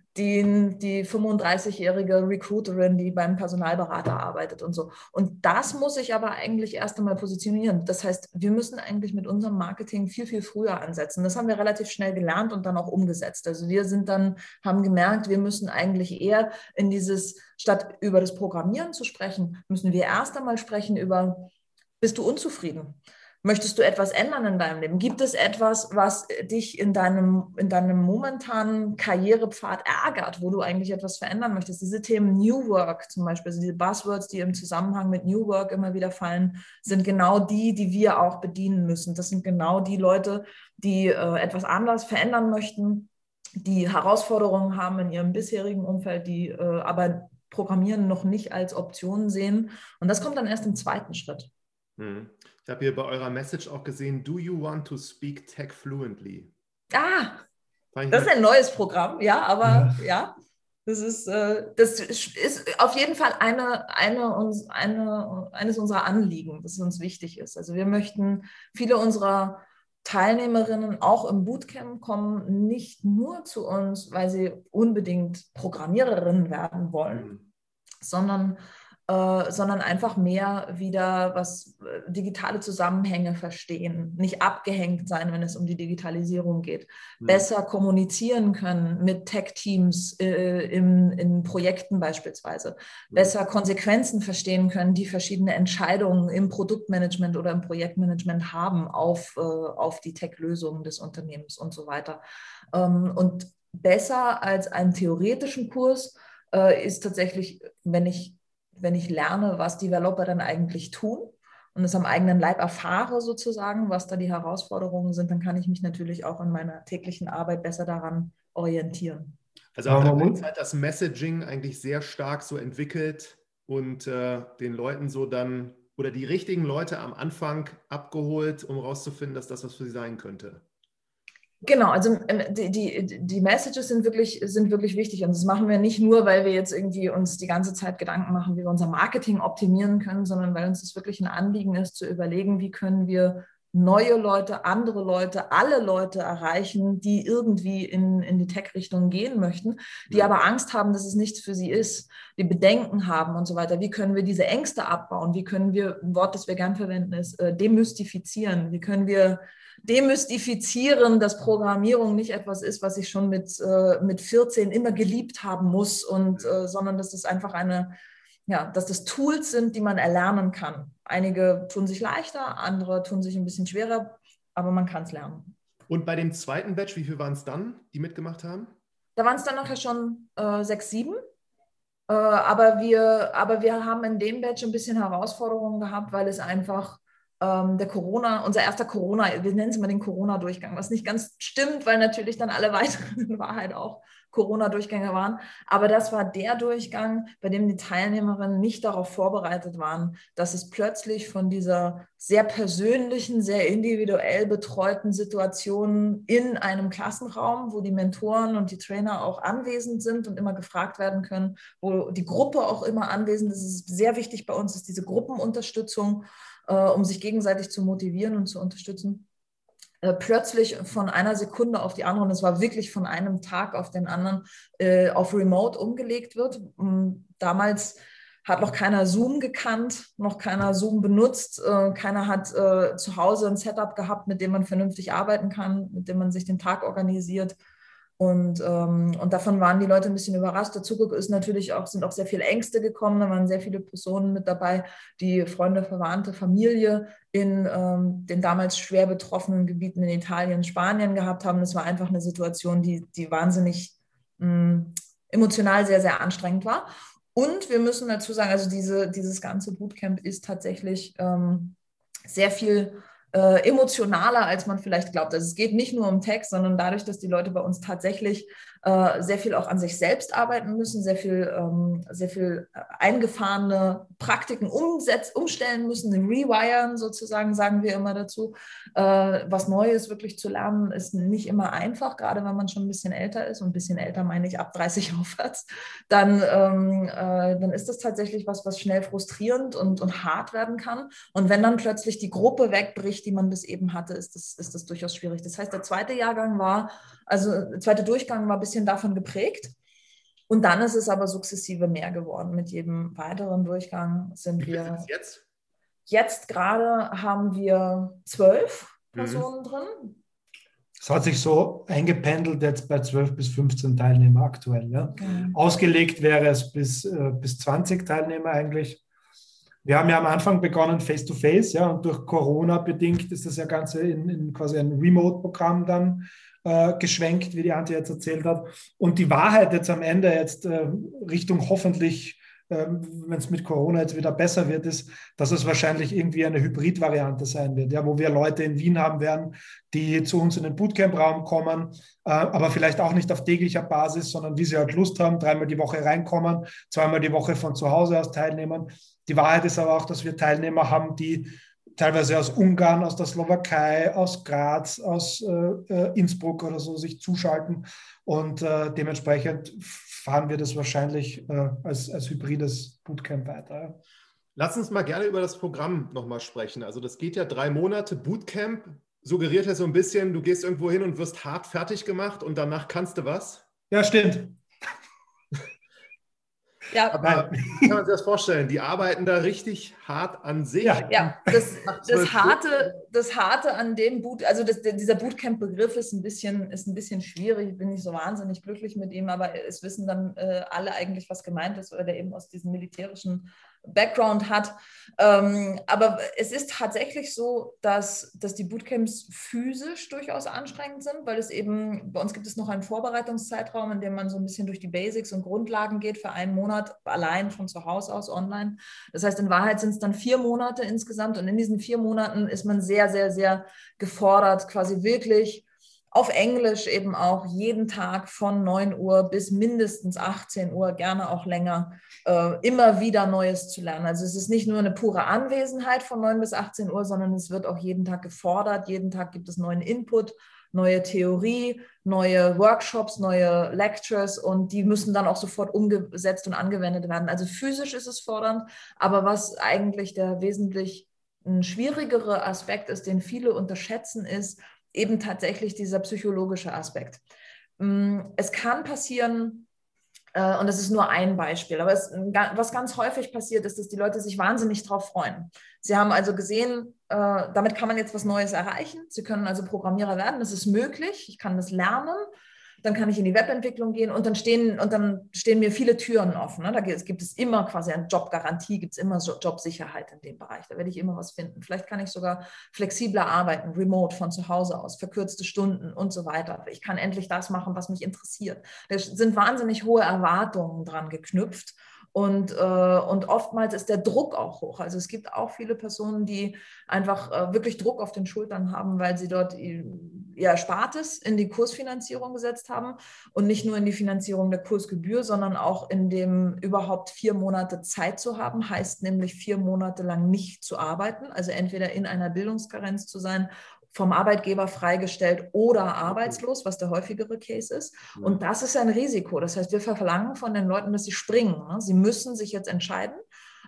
die, die fünfunddreißigjährige Recruiterin, die beim Personalberater arbeitet und so. Und das muss ich aber eigentlich erst einmal positionieren. Das heißt, wir müssen eigentlich mit unserem Marketing viel, viel früher ansetzen. Das haben wir relativ schnell gelernt und dann auch umgesetzt. Also wir sind dann, haben gemerkt, wir müssen eigentlich eher in dieses, statt über das Programmieren zu sprechen, müssen wir erst einmal sprechen über, bist du unzufrieden? Möchtest du etwas ändern in deinem Leben? Gibt es etwas, was dich in deinem, in deinem momentanen Karrierepfad ärgert, wo du eigentlich etwas verändern möchtest? Diese Themen New Work zum Beispiel, also diese Buzzwords, die im Zusammenhang mit New Work immer wieder fallen, sind genau die, die wir auch bedienen müssen. Das sind genau die Leute, die äh, etwas anders verändern möchten, die Herausforderungen haben in ihrem bisherigen Umfeld, die äh, aber Programmieren noch nicht als Option sehen. Und das kommt dann erst im zweiten Schritt. Hm. Ich habe hier bei eurer Message auch gesehen, do you want to speak tech fluently? Ah, das ist ein neues Programm, ja, aber ja, ja das, ist, äh, das ist auf jeden Fall eine, eine, uns, eine, eines unserer Anliegen, das uns wichtig ist. Also wir möchten viele unserer Teilnehmerinnen auch im Bootcamp kommen, nicht nur zu uns, weil sie unbedingt Programmiererinnen werden wollen, mhm. sondern Äh, sondern einfach mehr wieder was äh, digitale Zusammenhänge verstehen, nicht abgehängt sein, wenn es um die Digitalisierung geht, mhm. besser kommunizieren können mit Tech-Teams äh, im, in Projekten beispielsweise, mhm. besser Konsequenzen verstehen können, die verschiedene Entscheidungen im Produktmanagement oder im Projektmanagement haben auf, äh, auf die Tech-Lösungen des Unternehmens und so weiter. Ähm, und besser als einen theoretischen Kurs äh, ist tatsächlich, wenn ich wenn ich lerne, was Developer dann eigentlich tun und es am eigenen Leib erfahre sozusagen, was da die Herausforderungen sind, dann kann ich mich natürlich auch in meiner täglichen Arbeit besser daran orientieren. Also habt ihr derzeit das Messaging eigentlich sehr stark so entwickelt und äh, den Leuten so dann oder die richtigen Leute am Anfang abgeholt, um rauszufinden, dass das was für sie sein könnte? Genau, also die, die, die Messages sind wirklich, sind wirklich wichtig und das machen wir nicht nur, weil wir jetzt irgendwie uns die ganze Zeit Gedanken machen, wie wir unser Marketing optimieren können, sondern weil uns das wirklich ein Anliegen ist, zu überlegen, wie können wir neue Leute, andere Leute, alle Leute erreichen, die irgendwie in, in die Tech-Richtung gehen möchten, die ja. aber Angst haben, dass es nichts für sie ist, die Bedenken haben und so weiter. Wie können wir diese Ängste abbauen? Wie können wir, ein Wort, das wir gern verwenden, ist äh, demystifizieren. Wie können wir demystifizieren, dass Programmierung nicht etwas ist, was ich schon mit, äh, mit vierzehn immer geliebt haben muss, und, äh, sondern dass es einfach eine, ja, dass das Tools sind, die man erlernen kann. Einige tun sich leichter, andere tun sich ein bisschen schwerer, aber man kann es lernen. Und bei dem zweiten Batch, wie viele waren es dann, die mitgemacht haben? Da waren es dann nachher schon äh, sechs, sieben. Äh, aber, wir, aber wir haben in dem Batch ein bisschen Herausforderungen gehabt, weil es einfach ähm, der Corona, unser erster Corona, wir nennen es mal den Corona-Durchgang, was nicht ganz stimmt, weil natürlich dann alle weiteren in Wahrheit auch Corona-Durchgänge waren. Aber das war der Durchgang, bei dem die Teilnehmerinnen nicht darauf vorbereitet waren, dass es plötzlich von dieser sehr persönlichen, sehr individuell betreuten Situation in einem Klassenraum, wo die Mentoren und die Trainer auch anwesend sind und immer gefragt werden können, wo die Gruppe auch immer anwesend ist. Es ist sehr wichtig bei uns, ist diese Gruppenunterstützung. äh, um sich gegenseitig zu motivieren und zu unterstützen, äh, plötzlich von einer Sekunde auf die andere, und es war wirklich von einem Tag auf den anderen, äh, auf Remote umgelegt wird. Damals hat noch keiner Zoom gekannt, noch keiner Zoom benutzt, äh, keiner hat äh, zu Hause ein Setup gehabt, mit dem man vernünftig arbeiten kann, mit dem man sich den Tag organisiert. Und, ähm, und davon waren die Leute ein bisschen überrascht. Dazu ist natürlich auch, sind auch sehr viele Ängste gekommen. Da waren sehr viele Personen mit dabei, die Freunde, Verwandte, Familie in ähm, den damals schwer betroffenen Gebieten in Italien, Spanien gehabt haben. Das war einfach eine Situation, die, die wahnsinnig mh, emotional sehr, sehr anstrengend war. Und wir müssen dazu sagen, also diese, dieses ganze Bootcamp ist tatsächlich ähm, sehr viel Äh, emotionaler, als man vielleicht glaubt. Also es geht nicht nur um Text, sondern dadurch, dass die Leute bei uns tatsächlich äh, sehr viel auch an sich selbst arbeiten müssen, sehr viel, ähm, sehr viel eingefahrene Praktiken umsetz, umstellen müssen, rewiren sozusagen, sagen wir immer dazu. Äh, was Neues wirklich zu lernen, ist nicht immer einfach, gerade wenn man schon ein bisschen älter ist. Und ein bisschen älter meine ich ab dreißig aufwärts. Dann, ähm, äh, dann ist das tatsächlich was, was schnell frustrierend und, und hart werden kann. Und wenn dann plötzlich die Gruppe wegbricht, die man bis eben hatte, ist das, ist das durchaus schwierig. Das heißt, der zweite Jahrgang war, also der zweite Durchgang war ein bisschen davon geprägt. Und dann ist es aber sukzessive mehr geworden. Mit jedem weiteren Durchgang sind Wie wir. viel sind es jetzt? Jetzt gerade haben wir zwölf Personen mhm. drin. Es hat sich so eingependelt jetzt bei zwölf bis fünfzehn Teilnehmer aktuell. Ja? Okay. Ausgelegt wäre es bis, äh, bis zwanzig Teilnehmer eigentlich. Wir haben ja am Anfang begonnen Face-to-Face, ja, und durch Corona bedingt ist das ja Ganze in, in quasi ein Remote-Programm dann äh, geschwenkt, wie die Antje jetzt erzählt hat. Und die Wahrheit jetzt am Ende, jetzt äh, Richtung hoffentlich, äh, wenn es mit Corona jetzt wieder besser wird, ist, dass es wahrscheinlich irgendwie eine Hybrid-Variante sein wird, ja, wo wir Leute in Wien haben werden, die zu uns in den Bootcamp-Raum kommen, äh, aber vielleicht auch nicht auf täglicher Basis, sondern wie sie halt Lust haben, dreimal die Woche reinkommen, zweimal die Woche von zu Hause aus teilnehmen. Die Wahrheit ist aber auch, dass wir Teilnehmer haben, die teilweise aus Ungarn, aus der Slowakei, aus Graz, aus äh, Innsbruck oder so sich zuschalten. Und äh, dementsprechend fahren wir das wahrscheinlich äh, als, als hybrides Bootcamp weiter. Lass uns mal gerne über das Programm nochmal sprechen. Also das geht ja drei Monate. Bootcamp suggeriert ja so ein bisschen, du gehst irgendwo hin und wirst hart fertig gemacht und danach kannst du was? Ja, stimmt. Ja, aber wie kann man sich das vorstellen? Die arbeiten da richtig hart an sich. Ja, ja. Das, das, Harte, das Harte an dem Boot, also das, dieser Bootcamp-Begriff ist ein bisschen, ist ein bisschen schwierig. Ich bin nicht so wahnsinnig glücklich mit ihm, aber es wissen dann äh, alle eigentlich, was gemeint ist, weil der eben aus diesem militärischen Background hat. Ähm, aber es ist tatsächlich so, dass, dass die Bootcamps physisch durchaus anstrengend sind, weil es eben, bei uns gibt es noch einen Vorbereitungszeitraum, in dem man so ein bisschen durch die Basics und Grundlagen geht für einen Monat, allein von zu Hause aus online. Das heißt, in Wahrheit sind es dann vier Monate insgesamt und in diesen vier Monaten ist man sehr, sehr, sehr gefordert, quasi wirklich auf Englisch eben auch jeden Tag von neun Uhr bis mindestens achtzehn Uhr, gerne auch länger, äh, immer wieder Neues zu lernen. Also es ist nicht nur eine pure Anwesenheit von neun bis achtzehn Uhr, sondern es wird auch jeden Tag gefordert. Jeden Tag gibt es neuen Input, neue Theorie, neue Workshops, neue Lectures und die müssen dann auch sofort umgesetzt und angewendet werden. Also physisch ist es fordernd, aber was eigentlich der wesentlich ein schwierigere Aspekt ist, den viele unterschätzen, ist eben tatsächlich dieser psychologische Aspekt. Es kann passieren, und das ist nur ein Beispiel, aber es, was ganz häufig passiert ist, dass die Leute sich wahnsinnig drauf freuen. Sie haben also gesehen, damit kann man jetzt was Neues erreichen. Sie können also Programmierer werden, das ist möglich, ich kann das lernen. Dann kann ich in die Webentwicklung gehen und dann stehen, und dann stehen mir viele Türen offen. Ne? Da gibt es immer quasi eine Jobgarantie, gibt es immer Jobsicherheit in dem Bereich. Da werde ich immer was finden. Vielleicht kann ich sogar flexibler arbeiten, remote von zu Hause aus, verkürzte Stunden und so weiter. Ich kann endlich das machen, was mich interessiert. Da sind wahnsinnig hohe Erwartungen dran geknüpft. Und, äh, und oftmals ist der Druck auch hoch. Also es gibt auch viele Personen, die einfach äh, wirklich Druck auf den Schultern haben, weil sie dort ihr Erspartes in die Kursfinanzierung gesetzt haben und nicht nur in die Finanzierung der Kursgebühr, sondern auch in dem überhaupt vier Monate Zeit zu haben, heißt nämlich vier Monate lang nicht zu arbeiten, also entweder in einer Bildungskarenz zu sein, vom Arbeitgeber freigestellt oder arbeitslos, was der häufigere Case ist. Und das ist ein Risiko. Das heißt, wir verlangen von den Leuten, dass sie springen. Sie müssen sich jetzt entscheiden.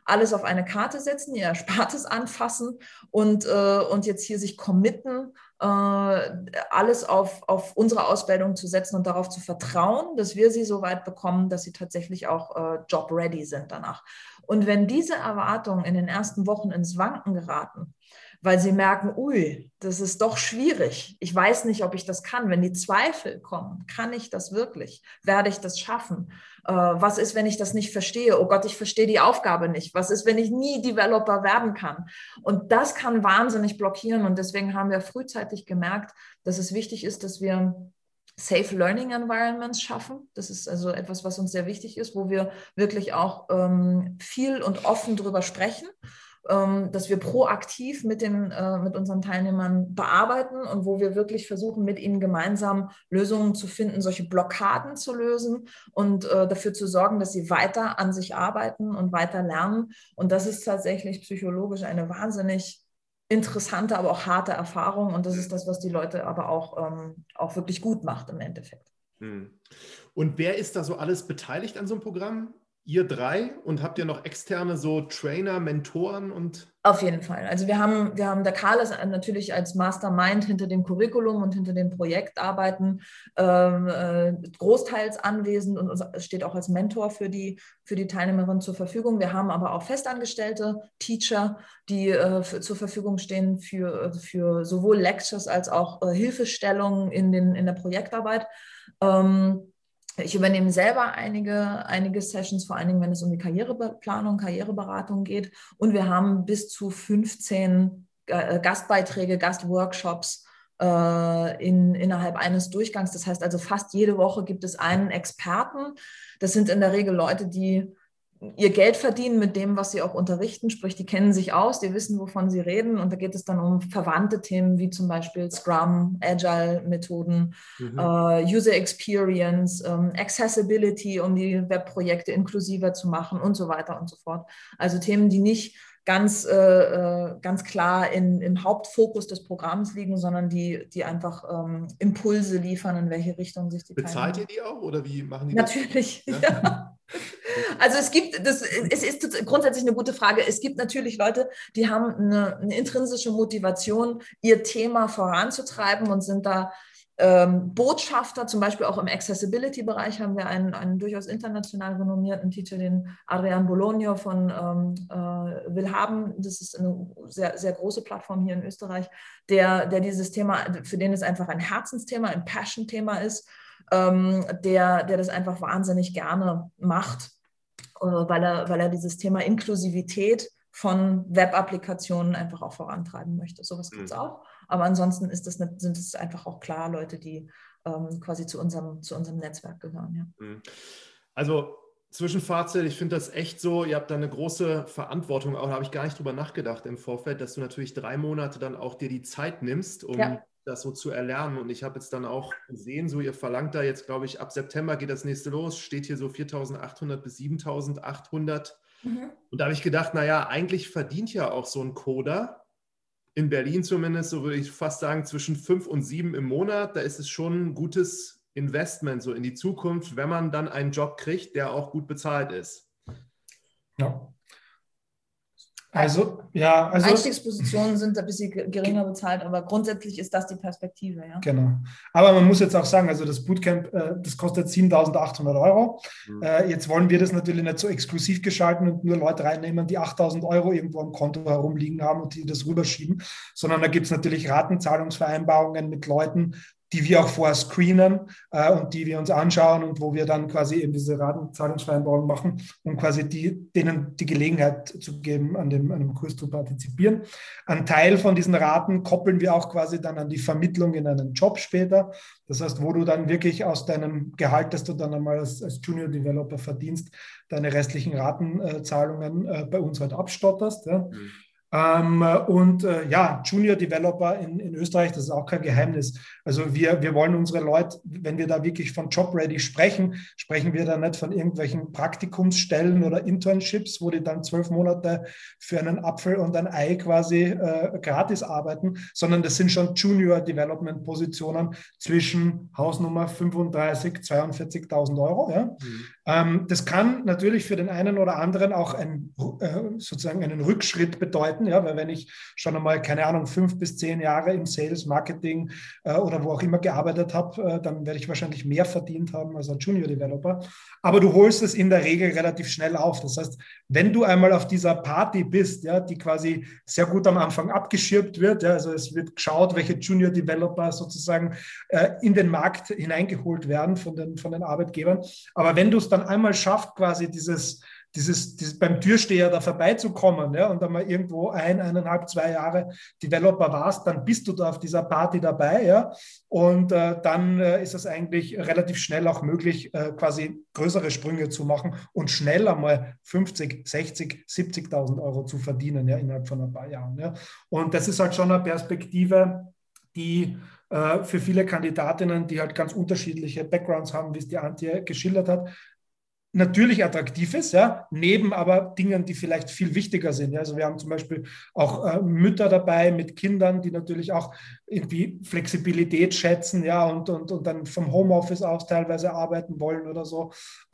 alles auf eine Karte setzen, ihr Erspartes anfassen und, äh, und jetzt hier sich committen, äh, alles auf, auf unsere Ausbildung zu setzen und darauf zu vertrauen, dass wir sie so weit bekommen, dass sie tatsächlich auch äh, job-ready sind danach. Und wenn diese Erwartungen in den ersten Wochen ins Wanken geraten, weil sie merken, ui, das ist doch schwierig. Ich weiß nicht, ob ich das kann. Wenn die Zweifel kommen, kann ich das wirklich? Werde ich das schaffen? Äh, was ist, wenn ich das nicht verstehe? Oh Gott, ich verstehe die Aufgabe nicht. Was ist, wenn ich nie Developer werden kann? Und das kann wahnsinnig blockieren. Und deswegen haben wir frühzeitig gemerkt, dass es wichtig ist, dass wir Safe Learning Environments schaffen. Das ist also etwas, was uns sehr wichtig ist, wo wir wirklich auch ähm, viel und offen drüber sprechen, dass wir proaktiv mit, den, äh, mit unseren Teilnehmern bearbeiten und wo wir wirklich versuchen, mit ihnen gemeinsam Lösungen zu finden, solche Blockaden zu lösen und äh, dafür zu sorgen, dass sie weiter an sich arbeiten und weiter lernen. Und das ist tatsächlich psychologisch eine wahnsinnig interessante, aber auch harte Erfahrung. Und das ist das, was die Leute aber auch, ähm, auch wirklich gut macht im Endeffekt. Und wer ist da so alles beteiligt an so einem Programm? Ihr drei? Und habt ihr noch externe so Trainer, Mentoren und? Auf jeden Fall. Also wir haben, wir haben, der Karl ist natürlich als Mastermind hinter dem Curriculum und hinter den Projektarbeiten ähm, äh, großteils anwesend und steht auch als Mentor für die, für die Teilnehmerin zur Verfügung. Wir haben aber auch festangestellte Teacher, die äh, für, zur Verfügung stehen für, für sowohl Lectures als auch äh, Hilfestellungen in, den, in der Projektarbeit. Ähm, Ich übernehme selber einige, einige Sessions, vor allen Dingen, wenn es um die Karriereplanung, Karriereberatung geht. Und wir haben bis zu fünfzehn äh, Gastbeiträge, Gastworkshops äh, in, innerhalb eines Durchgangs. Das heißt also, fast jede Woche gibt es einen Experten. Das sind in der Regel Leute, die ihr Geld verdienen mit dem, was sie auch unterrichten, sprich, die kennen sich aus, die wissen, wovon sie reden, und da geht es dann um verwandte Themen wie zum Beispiel Scrum, Agile-Methoden, mhm. äh, User Experience, ähm, Accessibility, um die Webprojekte inklusiver zu machen und so weiter und so fort. Also Themen, die nicht ganz, äh, ganz klar in, im Hauptfokus des Programms liegen, sondern die, die einfach ähm, Impulse liefern, in welche Richtung sich die Bezahlt Teilnehmer. Ihr die auch oder wie machen die Natürlich, das? Natürlich, ja. ja. Also es gibt, das, es ist grundsätzlich eine gute Frage. Es gibt natürlich Leute, die haben eine, eine intrinsische Motivation, ihr Thema voranzutreiben und sind da ähm, Botschafter. Zum Beispiel auch im Accessibility-Bereich haben wir einen, einen durchaus international renommierten Teacher, den Adrian Bologno von ähm, äh, Willhaben. Das ist eine sehr, sehr große Plattform hier in Österreich, der, der dieses Thema, für den es einfach ein Herzensthema, ein Passion-Thema ist, ähm, der, der das einfach wahnsinnig gerne macht, weil er, weil er dieses Thema Inklusivität von Web-Applikationen einfach auch vorantreiben möchte. Sowas gibt es mhm. auch. Aber ansonsten ist das eine, sind es einfach auch klar Leute, die ähm, quasi zu unserem, zu unserem Netzwerk gehören. Ja. Mhm. Also Zwischenfazit, ich finde das echt so, ihr habt da eine große Verantwortung, auch da habe ich gar nicht drüber nachgedacht im Vorfeld, dass du natürlich drei Monate dann auch dir die Zeit nimmst, um ja. das so zu erlernen. Und ich habe jetzt dann auch gesehen, so ihr verlangt da jetzt, glaube ich, ab September geht das nächste los, steht hier so viertausendachthundert bis siebentausendachthundert. Mhm. Und da habe ich gedacht, naja, eigentlich verdient ja auch so ein Coder, in Berlin zumindest, so würde ich fast sagen, zwischen fünf und sieben im Monat. Da ist es schon ein gutes Investment so in die Zukunft, wenn man dann einen Job kriegt, der auch gut bezahlt ist. Ja. Also, ja, also Einstiegspositionen sind ein bisschen geringer bezahlt, aber grundsätzlich ist das die Perspektive. Ja? Genau. Aber man muss jetzt auch sagen, also das Bootcamp, äh, das kostet siebentausendachthundert Euro. Mhm. Äh, jetzt wollen wir das natürlich nicht so exklusiv gestalten und nur Leute reinnehmen, die achttausend Euro irgendwo am Konto herumliegen haben und die das rüberschieben, sondern da gibt es natürlich Ratenzahlungsvereinbarungen mit Leuten, die wir auch vorher screenen äh, und die wir uns anschauen und wo wir dann quasi eben diese Ratenzahlungsvereinbarung machen, um quasi die, denen die Gelegenheit zu geben, an dem, an dem Kurs zu partizipieren. Ein Teil von diesen Raten koppeln wir auch quasi dann an die Vermittlung in einen Job später. Das heißt, wo du dann wirklich aus deinem Gehalt, das du dann einmal als, als Junior Developer verdienst, deine restlichen Ratenzahlungen äh, bei uns halt abstotterst. Ja. Mhm. Ähm, und äh, ja, Junior Developer in, in Österreich, das ist auch kein Geheimnis. Also wir, wir wollen unsere Leute, wenn wir da wirklich von Job Ready sprechen, sprechen wir da nicht von irgendwelchen Praktikumsstellen oder Internships, wo die dann zwölf Monate für einen Apfel und ein Ei quasi äh, gratis arbeiten, sondern das sind schon Junior Development Positionen zwischen Hausnummer fünfunddreißig, zweiundvierzigtausend Euro. Ja? Mhm. Ähm, das kann natürlich für den einen oder anderen auch ein, äh, sozusagen einen Rückschritt bedeuten. Ja, weil wenn ich schon einmal, keine Ahnung, fünf bis zehn Jahre im Sales, Marketing äh, oder wo auch immer gearbeitet habe, äh, dann werde ich wahrscheinlich mehr verdient haben als ein Junior Developer. Aber du holst es in der Regel relativ schnell auf. Das heißt, wenn du einmal auf dieser Party bist, ja, die quasi sehr gut am Anfang abgeschirmt wird, ja, also es wird geschaut, welche Junior Developer sozusagen äh, in den Markt hineingeholt werden von den, von den Arbeitgebern. Aber wenn du es dann einmal schaffst, quasi dieses Dieses, dieses beim Türsteher da vorbeizukommen, ja, und dann mal irgendwo ein, eineinhalb, zwei Jahre Developer warst, dann bist du da auf dieser Party dabei, ja, und äh, dann äh, ist es eigentlich relativ schnell auch möglich, äh, quasi größere Sprünge zu machen und schnell einmal fünfzig, sechzig, siebzigtausend Euro zu verdienen, ja, innerhalb von ein paar Jahren, ja. Und das ist halt schon eine Perspektive, die äh, für viele Kandidatinnen, die halt ganz unterschiedliche Backgrounds haben, wie es die Antje geschildert hat, natürlich attraktiv ist, ja, neben aber Dingen, die vielleicht viel wichtiger sind. Ja. Also wir haben zum Beispiel auch äh, Mütter dabei mit Kindern, die natürlich auch irgendwie Flexibilität schätzen, ja, und, und, und dann vom Homeoffice aus teilweise arbeiten wollen oder so.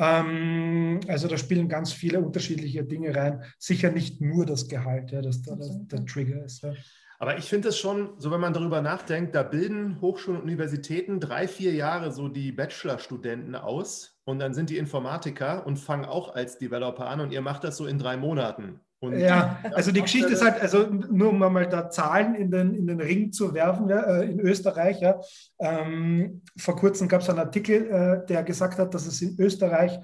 Ähm, also da spielen ganz viele unterschiedliche Dinge rein. Sicher nicht nur das Gehalt, ja, das da das, der Trigger ist. Ja. Aber ich finde es schon, so wenn man darüber nachdenkt, da bilden Hochschulen und Universitäten drei, vier Jahre so die Bachelorstudenten aus und dann sind die Informatiker und fangen auch als Developer an und ihr macht das so in drei Monaten. Und ja, also die Geschichte ist halt, also nur um mal da Zahlen in den, in den Ring zu werfen, ja, in Österreich, ja, ähm, vor kurzem gab es einen Artikel, äh, der gesagt hat, dass es in Österreich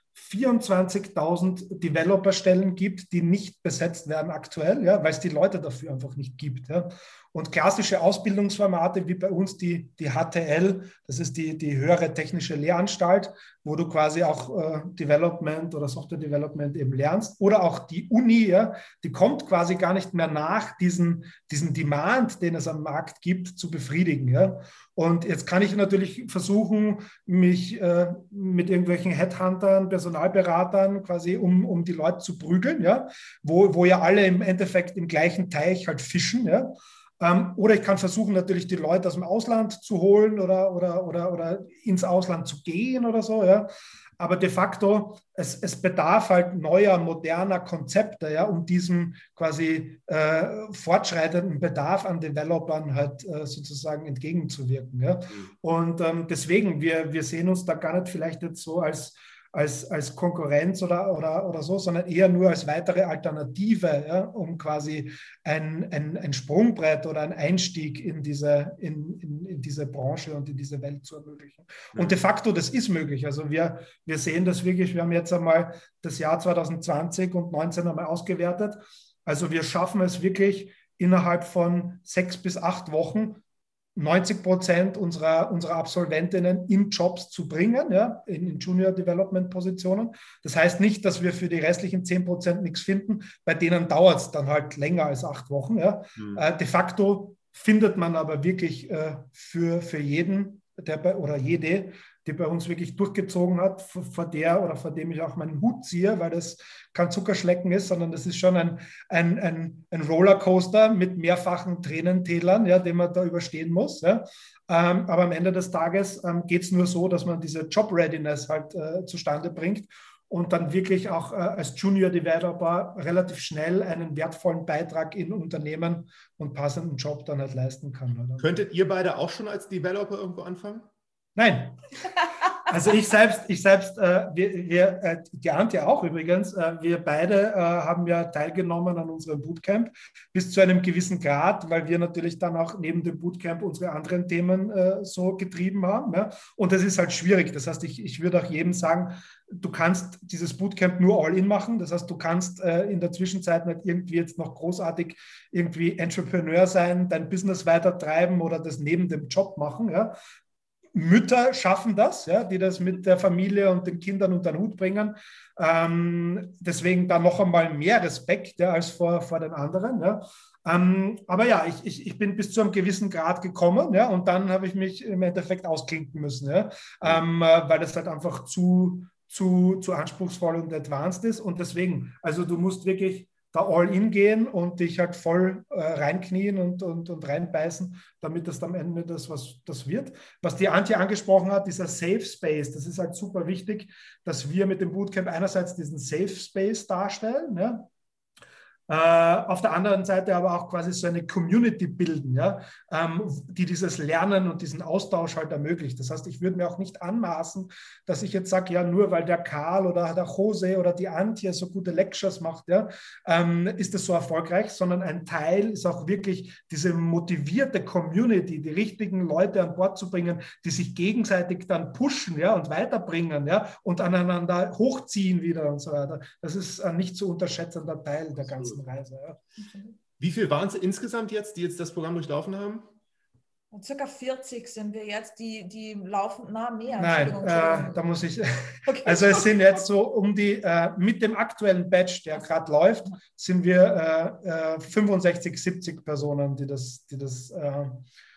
vierundzwanzigtausend Developerstellen gibt, die nicht besetzt werden aktuell, ja, weil es die Leute dafür einfach nicht gibt. Ja. Und klassische Ausbildungsformate wie bei uns die, die H T L, das ist die, die höhere technische Lehranstalt, wo du quasi auch äh, Development oder Software Development eben lernst. Oder auch die Uni, ja, die kommt quasi gar nicht mehr nach, diesen, diesen Demand, den es am Markt gibt, zu befriedigen. Ja. Und jetzt kann ich natürlich versuchen, mich äh, mit irgendwelchen Headhuntern, Personalberatern quasi um, um die Leute zu prügeln, ja, wo, wo ja alle im Endeffekt im gleichen Teich halt fischen, ja. Ähm, oder ich kann versuchen, natürlich die Leute aus dem Ausland zu holen oder, oder, oder, oder ins Ausland zu gehen oder so, ja. Aber de facto, es, es bedarf halt neuer, moderner Konzepte, ja, um diesem quasi äh, fortschreitenden Bedarf an Developern halt äh, sozusagen entgegenzuwirken. Ja. Und ähm, deswegen, wir, wir sehen uns da gar nicht vielleicht jetzt so als Als, als Konkurrenz oder, oder, oder so, sondern eher nur als weitere Alternative, ja, um quasi ein, ein, ein Sprungbrett oder einen Einstieg in diese, in, in, in diese Branche und in diese Welt zu ermöglichen. Und de facto, das ist möglich. Also wir, wir sehen das wirklich, wir haben jetzt einmal das Jahr zwanzig zwanzig und neunzehn einmal ausgewertet. Also wir schaffen es wirklich innerhalb von sechs bis acht Wochen, neunzig Prozent unserer, unserer Absolventinnen in Jobs zu bringen, ja, in, in Junior Development Positionen. Das heißt nicht, dass wir für die restlichen zehn Prozent nichts finden. Bei denen dauert es dann halt länger als acht Wochen. Ja. Mhm. Äh, de facto findet man aber wirklich äh, für, für jeden der bei, oder jede, die bei uns wirklich durchgezogen hat, vor, vor der oder vor dem ich auch meinen Hut ziehe, weil das kein Zuckerschlecken ist, sondern das ist schon ein, ein, ein, ein Rollercoaster mit mehrfachen Tränentälern, ja, den man da überstehen muss. Ja. Ähm, aber am Ende des Tages ähm, geht es nur so, dass man diese Job-Readiness halt äh, zustande bringt und dann wirklich auch äh, als Junior Developer relativ schnell einen wertvollen Beitrag in Unternehmen und passenden Job dann halt leisten kann. Oder? Könntet ihr beide auch schon als Developer irgendwo anfangen? Nein. Also ich selbst, ich selbst äh, wir, wir, äh, die Antje auch übrigens, äh, wir beide äh, haben ja teilgenommen an unserem Bootcamp bis zu einem gewissen Grad, weil wir natürlich dann auch neben dem Bootcamp unsere anderen Themen äh, so getrieben haben. Ja? Und das ist halt schwierig. Das heißt, ich, ich würde auch jedem sagen, du kannst dieses Bootcamp nur All-In machen. Das heißt, du kannst äh, in der Zwischenzeit nicht irgendwie jetzt noch großartig irgendwie Entrepreneur sein, dein Business weiter treiben oder das neben dem Job machen. Ja? Mütter schaffen das, ja, die das mit der Familie und den Kindern unter den Hut bringen. Ähm, deswegen da noch einmal mehr Respekt, ja, als vor, vor den anderen. Ja. Ähm, aber ja, ich, ich, ich bin bis zu einem gewissen Grad gekommen, ja, und dann habe ich mich im Endeffekt ausklinken müssen, ja, ähm, weil das halt einfach zu, zu, zu anspruchsvoll und advanced ist. Und deswegen, also du musst wirklich da all in gehen und dich halt voll äh, reinknien und, und, und reinbeißen, damit das am Ende das, was das wird. Was die Antje angesprochen hat, dieser Safe Space, das ist halt super wichtig, dass wir mit dem Bootcamp einerseits diesen Safe Space darstellen, ja, Äh, auf der anderen Seite aber auch quasi so eine Community bilden, ja, ähm, die dieses Lernen und diesen Austausch halt ermöglicht. Das heißt, ich würde mir auch nicht anmaßen, dass ich jetzt sage, ja, nur weil der Karl oder der Jose oder die Antje so gute Lectures macht, ja, ähm, ist das so erfolgreich, sondern ein Teil ist auch wirklich diese motivierte Community, die richtigen Leute an Bord zu bringen, die sich gegenseitig dann pushen, ja, und weiterbringen, ja, und aneinander hochziehen wieder und so weiter. Das ist ein nicht zu unterschätzender Teil der ganzen Reise. Ja. Wie viel waren es insgesamt jetzt, die jetzt das Programm durchlaufen haben? Und circa vierzig sind wir jetzt, die, die laufen, na mehr. Nein, Entschuldigung, Entschuldigung. Äh, da muss ich, Okay. also es sind jetzt so um die, äh, mit dem aktuellen Batch, der gerade läuft, sind wir äh, äh, fünfundsechzig, siebzig Personen, die das, die das, äh,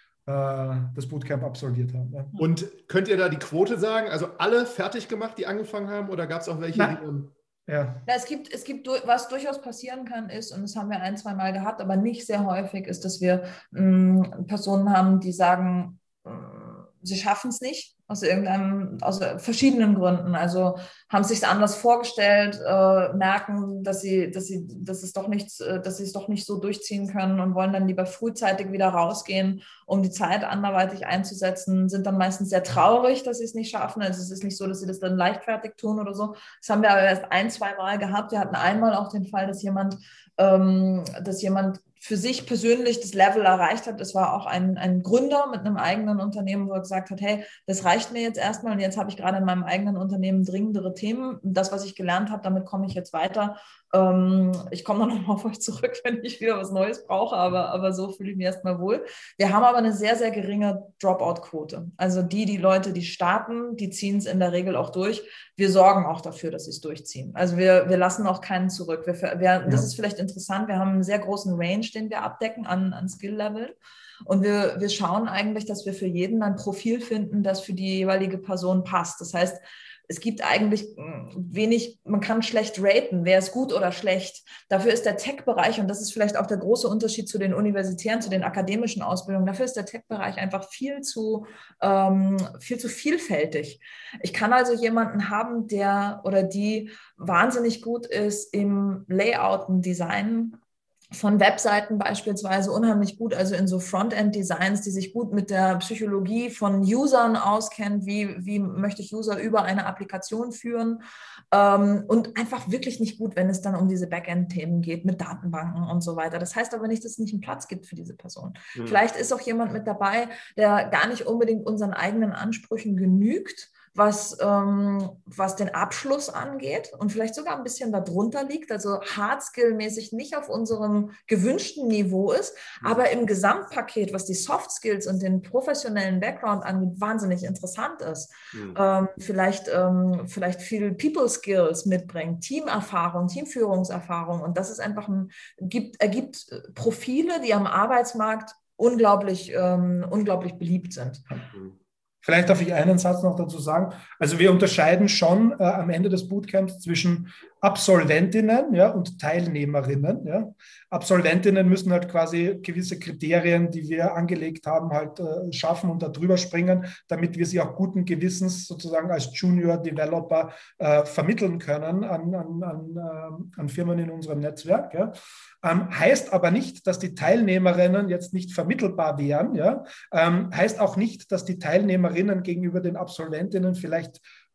äh, das Bootcamp absolviert haben. Ja. Und könnt ihr da die Quote sagen? Also alle fertig gemacht, die angefangen haben, oder gab es auch welche, Nein. die dann... Ja. Ja, es gibt, es gibt, was durchaus passieren kann, ist, und das haben wir ein, zwei Mal gehabt, aber nicht sehr häufig, ist, dass wir mh, Personen haben, die sagen, mh, sie schaffen es nicht, aus irgendeinem, aus verschiedenen Gründen. Also haben es sich anders vorgestellt, äh, merken, dass sie, dass sie, dass es doch nichts, äh, dass sie es doch nicht so durchziehen können und wollen dann lieber frühzeitig wieder rausgehen, um die Zeit anderweitig einzusetzen, sind dann meistens sehr traurig, dass sie es nicht schaffen. Also es ist nicht so, dass sie das dann leichtfertig tun oder so. Das haben wir aber erst ein, zwei Mal gehabt. Wir hatten einmal auch den Fall, dass jemand, ähm, dass jemand für sich persönlich das Level erreicht hat. Es war auch ein, ein Gründer mit einem eigenen Unternehmen, wo er gesagt hat, hey, das reicht mir jetzt erstmal und jetzt habe ich gerade in meinem eigenen Unternehmen dringendere Themen. Das, was ich gelernt habe, damit komme ich jetzt weiter. Ähm, ich komme dann nochmal auf euch zurück, wenn ich wieder was Neues brauche, aber, aber so fühle ich mich erstmal wohl. Wir haben aber eine sehr, sehr geringe Dropout-Quote. Also die, die Leute, die starten, die ziehen es in der Regel auch durch. Wir sorgen auch dafür, dass sie es durchziehen. Also wir, wir lassen auch keinen zurück. Wir, wir, das ist vielleicht interessant. Wir haben einen sehr großen Range, den wir abdecken an, an Skill-Level. Und wir, wir schauen eigentlich, dass wir für jeden ein Profil finden, das für die jeweilige Person passt. Das heißt, es gibt eigentlich wenig, man kann schlecht raten, wer ist gut oder schlecht. Dafür ist der Tech-Bereich, und das ist vielleicht auch der große Unterschied zu den universitären, zu den akademischen Ausbildungen, dafür ist der Tech-Bereich einfach viel zu, ähm, viel zu vielfältig. Ich kann also jemanden haben, der oder die wahnsinnig gut ist im Layouten, Design, von Webseiten beispielsweise unheimlich gut, also in so Frontend-Designs, die sich gut mit der Psychologie von Usern auskennt, wie, wie möchte ich User über eine Applikation führen, ähm, und einfach wirklich nicht gut, wenn es dann um diese Backend-Themen geht, mit Datenbanken und so weiter. Das heißt aber nicht, dass es nicht einen Platz gibt für diese Person. Mhm. Vielleicht ist auch jemand mit dabei, der gar nicht unbedingt unseren eigenen Ansprüchen genügt, was, ähm, was den Abschluss angeht und vielleicht sogar ein bisschen darunter liegt, also Hard-Skill-mäßig nicht auf unserem gewünschten Niveau ist, aber im Gesamtpaket, was die Soft Skills und den professionellen Background angeht, wahnsinnig interessant ist. Mhm. Ähm, vielleicht, ähm, vielleicht viel People-Skills mitbringt, Teamerfahrung, Teamführungserfahrung, und das ist einfach ein, gibt, ergibt Profile, die am Arbeitsmarkt unglaublich, ähm, unglaublich beliebt sind. Mhm. Vielleicht darf ich einen Satz noch dazu sagen. Also wir unterscheiden schon äh, am Ende des Bootcamps zwischen Absolventinnen, ja, und Teilnehmerinnen. Ja. Absolventinnen müssen halt quasi gewisse Kriterien, die wir angelegt haben, halt äh, schaffen und da drüber springen, damit wir sie auch guten Gewissens sozusagen als Junior Developer äh, vermitteln können an, an, an, äh, an Firmen in unserem Netzwerk. Ja. Ähm, heißt aber nicht, dass die Teilnehmerinnen jetzt nicht vermittelbar wären. Ja. Ähm, heißt auch nicht, dass die Teilnehmerinnen gegenüber den Absolventinnen vielleicht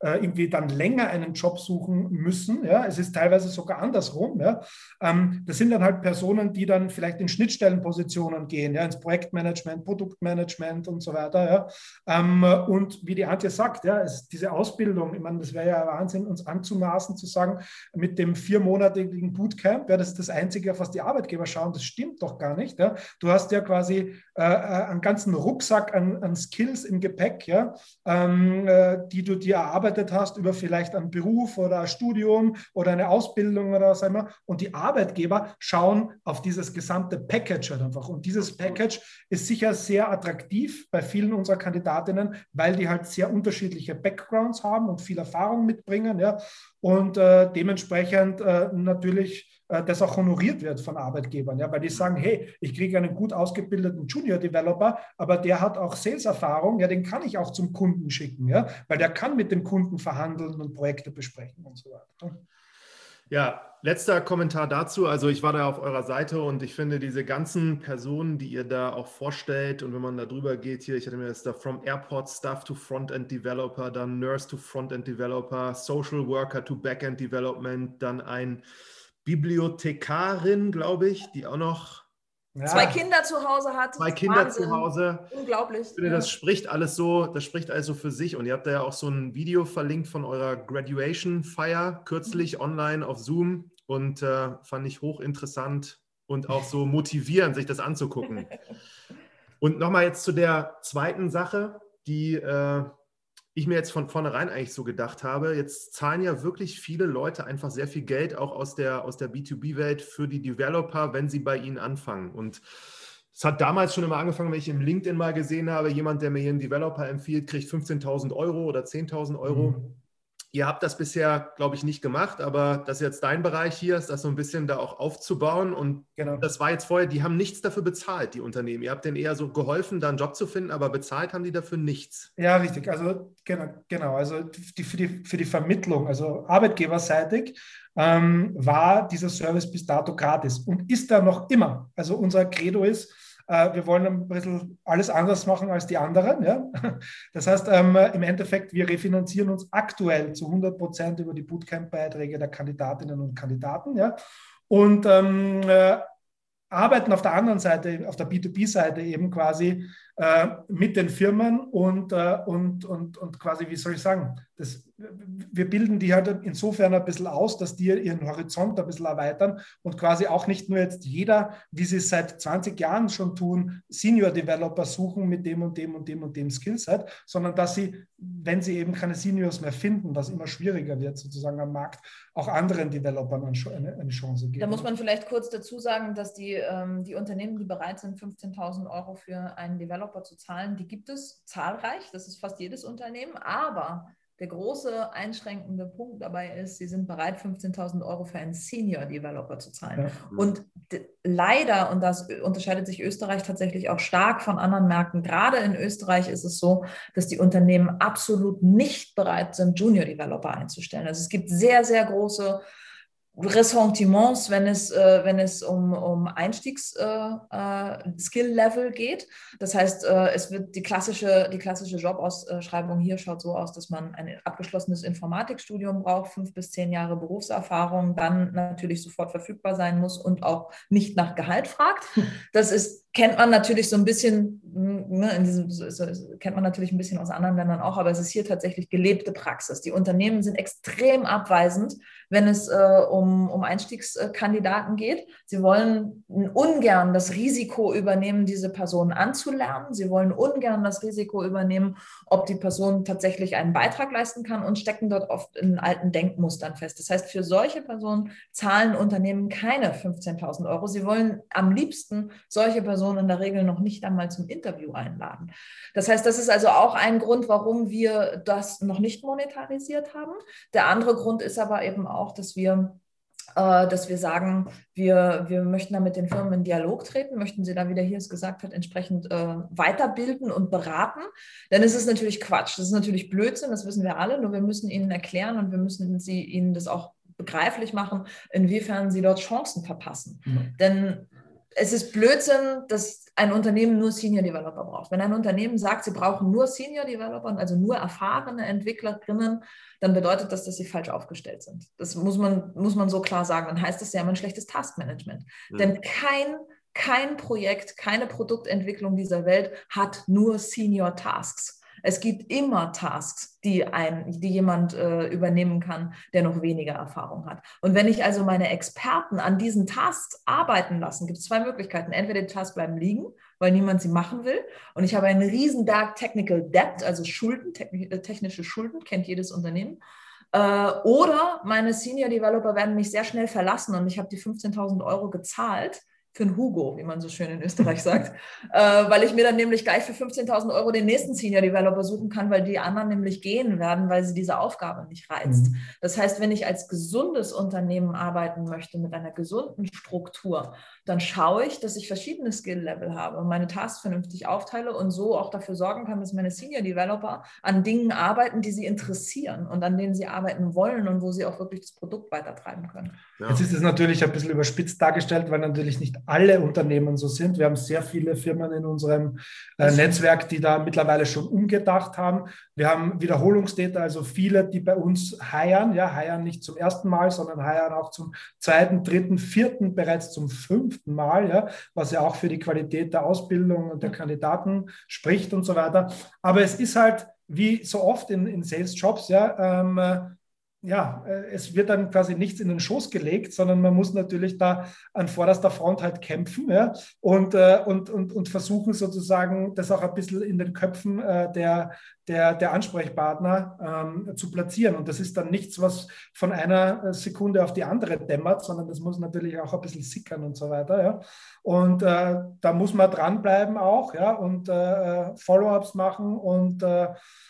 äh, irgendwie dann länger einen Job suchen müssen. Ja? Es ist teilweise sogar andersrum. Ja? Ähm, das sind dann halt Personen, die dann vielleicht in Schnittstellenpositionen gehen, ja? Ins Projektmanagement, Produktmanagement und so weiter. Ja? Ähm, und wie die Antje sagt, ja, es, diese Ausbildung, ich meine, das wäre ja Wahnsinn, uns anzumaßen, zu sagen, mit dem viermonatigen Bootcamp, ja, das ist das Einzige, auf was die Arbeitgeber schauen, das stimmt doch gar nicht. Ja? Du hast ja quasi äh, einen ganzen Rucksack an, an Skills im Gepäck, ja, ähm, äh, die du dir erarbeitet hast über vielleicht einen Beruf oder ein Studium oder eine Ausbildung oder was auch immer. Und die Arbeitgeber schauen auf dieses gesamte Package halt einfach. Und dieses Package ist sicher sehr attraktiv bei vielen unserer Kandidatinnen, weil die halt sehr unterschiedliche Backgrounds haben und viel Erfahrung mitbringen, ja, und äh, dementsprechend äh, natürlich das auch honoriert wird von Arbeitgebern, ja, weil die sagen, hey, ich kriege einen gut ausgebildeten Junior-Developer, aber der hat auch Sales-Erfahrung, ja, den kann ich auch zum Kunden schicken, ja, weil der kann mit dem Kunden verhandeln und Projekte besprechen und so weiter. Ja, letzter Kommentar dazu. Also ich war da auf eurer Seite und ich finde diese ganzen Personen, die ihr da auch vorstellt und wenn man da drüber geht hier, ich hatte mir das da from Airport Staff to Frontend Developer, dann Nurse to Frontend Developer, Social Worker to Backend Development, dann ein Bibliothekarin, glaube ich, die auch noch ja. zwei Kinder zu Hause hat. Zwei Kinder Wahnsinn. zu Hause. Unglaublich. Ich finde, das spricht alles so, das spricht alles so für sich. Und ihr habt da ja auch so ein Video verlinkt von eurer Graduation-Feier, kürzlich mhm. online auf Zoom. Und äh, fand ich hochinteressant und auch so motivierend, sich das anzugucken. Und nochmal jetzt zu der zweiten Sache, die äh, ich mir jetzt von vornherein eigentlich so gedacht habe, jetzt zahlen ja wirklich viele Leute einfach sehr viel Geld auch aus der, aus der B zwei B-Welt für die Developer, wenn sie bei ihnen anfangen. Und es hat damals schon immer angefangen, wenn ich im LinkedIn mal gesehen habe, jemand, der mir hier einen Developer empfiehlt, kriegt fünfzehntausend Euro oder zehntausend Euro. Mhm. Ihr habt das bisher, glaube ich, nicht gemacht, aber das ist jetzt dein Bereich hier, ist das so ein bisschen da auch aufzubauen. Und genau. Das war jetzt vorher, die haben nichts dafür bezahlt, die Unternehmen. Ihr habt denen eher so geholfen, da einen Job zu finden, aber bezahlt haben die dafür nichts. Ja, richtig. Also genau, genau. Also die, für, die, für die Vermittlung, also arbeitgeberseitig, ähm, war dieser Service bis dato gratis und ist da noch immer. Also unser Credo ist, wir wollen ein bisschen alles anders machen als die anderen. Ja? Das heißt, ähm, im Endeffekt, wir refinanzieren uns aktuell zu hundert Prozent über die Bootcamp-Beiträge der Kandidatinnen und Kandidaten. Ja? Und ähm, äh, arbeiten auf der anderen Seite, auf der B zwei B-Seite eben quasi äh, mit den Firmen und, äh, und, und, und quasi, wie soll ich sagen, das, wir bilden die halt insofern ein bisschen aus, dass die ihren Horizont ein bisschen erweitern und quasi auch nicht nur jetzt jeder, wie sie es seit zwanzig Jahren schon tun, Senior-Developer suchen mit dem und dem und dem und dem Skillset, sondern dass sie, wenn sie eben keine Seniors mehr finden, was immer schwieriger wird sozusagen am Markt, auch anderen Developern eine, eine Chance geben. Da muss man vielleicht kurz dazu sagen, dass die, ähm, die Unternehmen, die bereit sind, fünfzehntausend Euro für einen Developer zu zahlen, die gibt es zahlreich, das ist fast jedes Unternehmen, aber der große einschränkende Punkt dabei ist, sie sind bereit, fünfzehntausend Euro für einen Senior-Developer zu zahlen. Ja. Und leider, und das unterscheidet sich Österreich tatsächlich auch stark von anderen Märkten, gerade in Österreich ist es so, dass die Unternehmen absolut nicht bereit sind, Junior-Developer einzustellen. Also es gibt sehr, sehr große Ressentiments, wenn es, äh, wenn es um, um Einstiegs-Skill-Level äh, äh, geht. Das heißt, äh, es wird die klassische, die klassische Jobausschreibung hier schaut so aus, dass man ein abgeschlossenes Informatikstudium braucht, fünf bis zehn Jahre Berufserfahrung, dann natürlich sofort verfügbar sein muss und auch nicht nach Gehalt fragt. Das ist, kennt man natürlich so ein bisschen, ne, in diesem, so, kennt man natürlich ein bisschen aus anderen Ländern auch, aber es ist hier tatsächlich gelebte Praxis. Die Unternehmen sind extrem abweisend, wenn es äh, um, um Einstiegskandidaten geht. Sie wollen ungern das Risiko übernehmen, diese Person anzulernen. Sie wollen ungern das Risiko übernehmen, ob die Person tatsächlich einen Beitrag leisten kann und stecken dort oft in alten Denkmustern fest. Das heißt, für solche Personen zahlen Unternehmen keine fünfzehntausend Euro. Sie wollen am liebsten solche Personen in der Regel noch nicht einmal zum Interview einladen. Das heißt, das ist also auch ein Grund, warum wir das noch nicht monetarisiert haben. Der andere Grund ist aber eben auch, auch, dass wir, äh, dass wir sagen, wir, wir möchten da mit den Firmen in Dialog treten, möchten sie da, wie der hier es gesagt hat, entsprechend äh, weiterbilden und beraten. Denn es ist natürlich Quatsch, das ist natürlich Blödsinn, das wissen wir alle, nur wir müssen ihnen erklären und wir müssen sie, ihnen das auch begreiflich machen, inwiefern sie dort Chancen verpassen. Mhm. Denn es ist Blödsinn, dass ein Unternehmen nur Senior Developer braucht. Wenn ein Unternehmen sagt, sie brauchen nur Senior Developer, also nur erfahrene Entwicklerinnen, dann bedeutet das, dass sie falsch aufgestellt sind. Das muss man, muss man so klar sagen. Dann heißt das, sie haben ein schlechtes Taskmanagement. Mhm. Denn kein, kein Projekt, keine Produktentwicklung dieser Welt hat nur Senior Tasks. Es gibt immer Tasks, die, ein, die jemand äh, übernehmen kann, der noch weniger Erfahrung hat. Und wenn ich also meine Experten an diesen Tasks arbeiten lassen, gibt es zwei Möglichkeiten. Entweder die Tasks bleiben liegen, weil niemand sie machen will. Und ich habe einen riesen Technical Debt, also Schulden, technische Schulden, kennt jedes Unternehmen. Äh, oder meine Senior Developer werden mich sehr schnell verlassen und ich habe die fünfzehntausend Euro gezahlt für einen Hugo, wie man so schön in Österreich sagt, äh, weil ich mir dann nämlich gleich für fünfzehntausend Euro den nächsten Senior Developer suchen kann, weil die anderen nämlich gehen werden, weil sie diese Aufgabe nicht reizt. Mhm. Das heißt, wenn ich als gesundes Unternehmen arbeiten möchte, mit einer gesunden Struktur, dann schaue ich, dass ich verschiedene Skill-Level habe und meine Tasks vernünftig aufteile und so auch dafür sorgen kann, dass meine Senior Developer an Dingen arbeiten, die sie interessieren und an denen sie arbeiten wollen und wo sie auch wirklich das Produkt weitertreiben können. Ja. Jetzt ist es natürlich ein bisschen überspitzt dargestellt, weil natürlich nicht alle Unternehmen so sind. Wir haben sehr viele Firmen in unserem äh, Netzwerk, die da mittlerweile schon umgedacht haben. Wir haben Wiederholungstäter, also viele, die bei uns heiern, ja, heiern nicht zum ersten Mal, sondern heiern auch zum zweiten, dritten, vierten, bereits zum fünften Mal, ja, was ja auch für die Qualität der Ausbildung und der Kandidaten spricht und so weiter. Aber es ist halt, wie so oft in, in Sales-Jobs, ja, ähm, ja, es wird dann quasi nichts in den Schoß gelegt, sondern man muss natürlich da an vorderster Front halt kämpfen, ja, und, äh, und, und, und versuchen sozusagen, das auch ein bisschen in den Köpfen äh, der, der, der Ansprechpartner ähm, zu platzieren. Und das ist dann nichts, was von einer Sekunde auf die andere dämmert, sondern das muss natürlich auch ein bisschen sickern und so weiter. Ja. Und äh, da muss man dranbleiben auch, ja, und äh, Follow-ups machen und äh,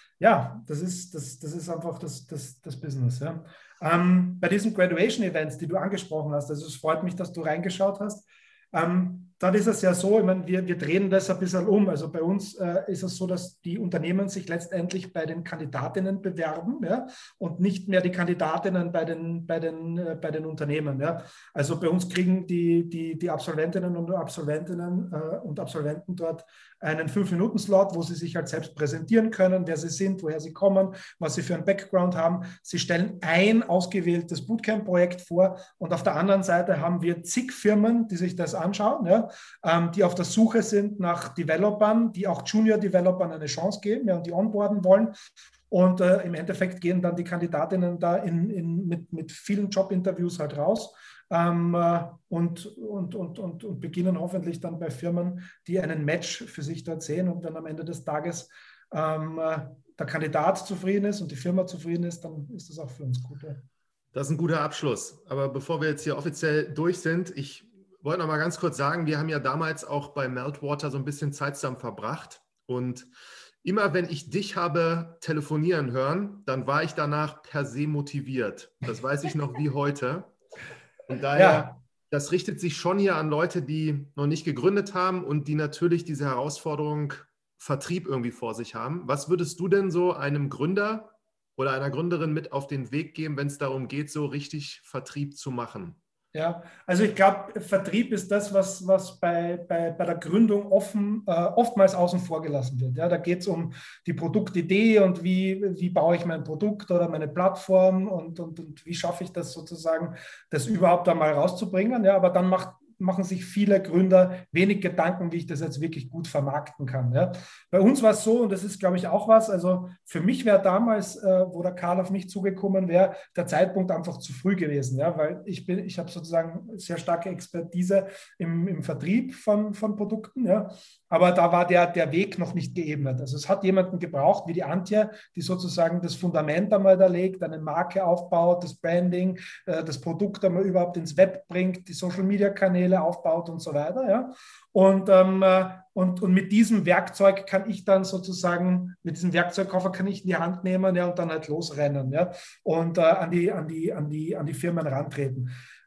ja, das ist, das, das ist einfach das, das, das Business. Ja. Ähm, bei diesen Graduation-Events, die du angesprochen hast, also es freut mich, dass du reingeschaut hast, ähm, dann ist es ja so, ich meine, wir, wir drehen das ein bisschen um. Also bei uns äh, ist es so, dass die Unternehmen sich letztendlich bei den Kandidatinnen bewerben, ja, und nicht mehr die Kandidatinnen bei den, bei den, äh, bei den Unternehmen. Ja. Also bei uns kriegen die, die, die Absolventinnen und Absolventinnen äh, und Absolventen dort einen fünf-Minuten-Slot, wo sie sich halt selbst präsentieren können, wer sie sind, woher sie kommen, was sie für einen Background haben. Sie stellen ein ausgewähltes Bootcamp-Projekt vor und auf der anderen Seite haben wir zig Firmen, die sich das anschauen, ja, ähm, die auf der Suche sind nach Developern, die auch Junior-Developern eine Chance geben, ja, und die onboarden wollen. Und äh, im Endeffekt gehen dann die Kandidatinnen da in, in, mit, mit vielen Jobinterviews halt raus. Ähm, und, und, und, und, und beginnen hoffentlich dann bei Firmen, die einen Match für sich dort sehen. Und wenn am Ende des Tages ähm, der Kandidat zufrieden ist und die Firma zufrieden ist, dann ist das auch für uns gut. Ja. Das ist ein guter Abschluss. Aber bevor wir jetzt hier offiziell durch sind, ich wollte noch mal ganz kurz sagen, wir haben ja damals auch bei Meltwater so ein bisschen Zeit zusammen verbracht. Und immer wenn ich dich habe telefonieren hören, dann war ich danach per se motiviert. Das weiß ich noch wie heute. Und daher, ja. Das richtet sich schon hier an Leute, die noch nicht gegründet haben und die natürlich diese Herausforderung Vertrieb irgendwie vor sich haben. Was würdest du denn so einem Gründer oder einer Gründerin mit auf den Weg geben, wenn es darum geht, so richtig Vertrieb zu machen? Ja, also ich glaube, Vertrieb ist das, was, was bei, bei, bei der Gründung offen, äh, oftmals außen vor gelassen wird. Ja, da geht es um die Produktidee und wie, wie baue ich mein Produkt oder meine Plattform und, und, und wie schaffe ich das sozusagen, das überhaupt einmal rauszubringen. Ja, aber dann macht machen sich viele Gründer wenig Gedanken, wie ich das jetzt wirklich gut vermarkten kann. Ja. Bei uns war es so, und das ist, glaube ich, auch was, also für mich wäre damals, äh, wo der Karl auf mich zugekommen wäre, der Zeitpunkt einfach zu früh gewesen, ja, weil ich bin, ich habe sozusagen sehr starke Expertise im, im Vertrieb von, von Produkten, ja, aber da war der, der Weg noch nicht geebnet. Also es hat jemanden gebraucht, wie die Antje, die sozusagen das Fundament einmal da legt, eine Marke aufbaut, das Branding, äh, das Produkt einmal überhaupt ins Web bringt, die Social-Media-Kanäle aufbaut und so weiter. Ja. Und, ähm, und, und mit diesem Werkzeug kann ich dann sozusagen, mit diesem Werkzeugkoffer kann ich in die Hand nehmen, ja, und dann halt losrennen, ja, und äh, an, die, an, die, an, die, an die Firmen rantreten.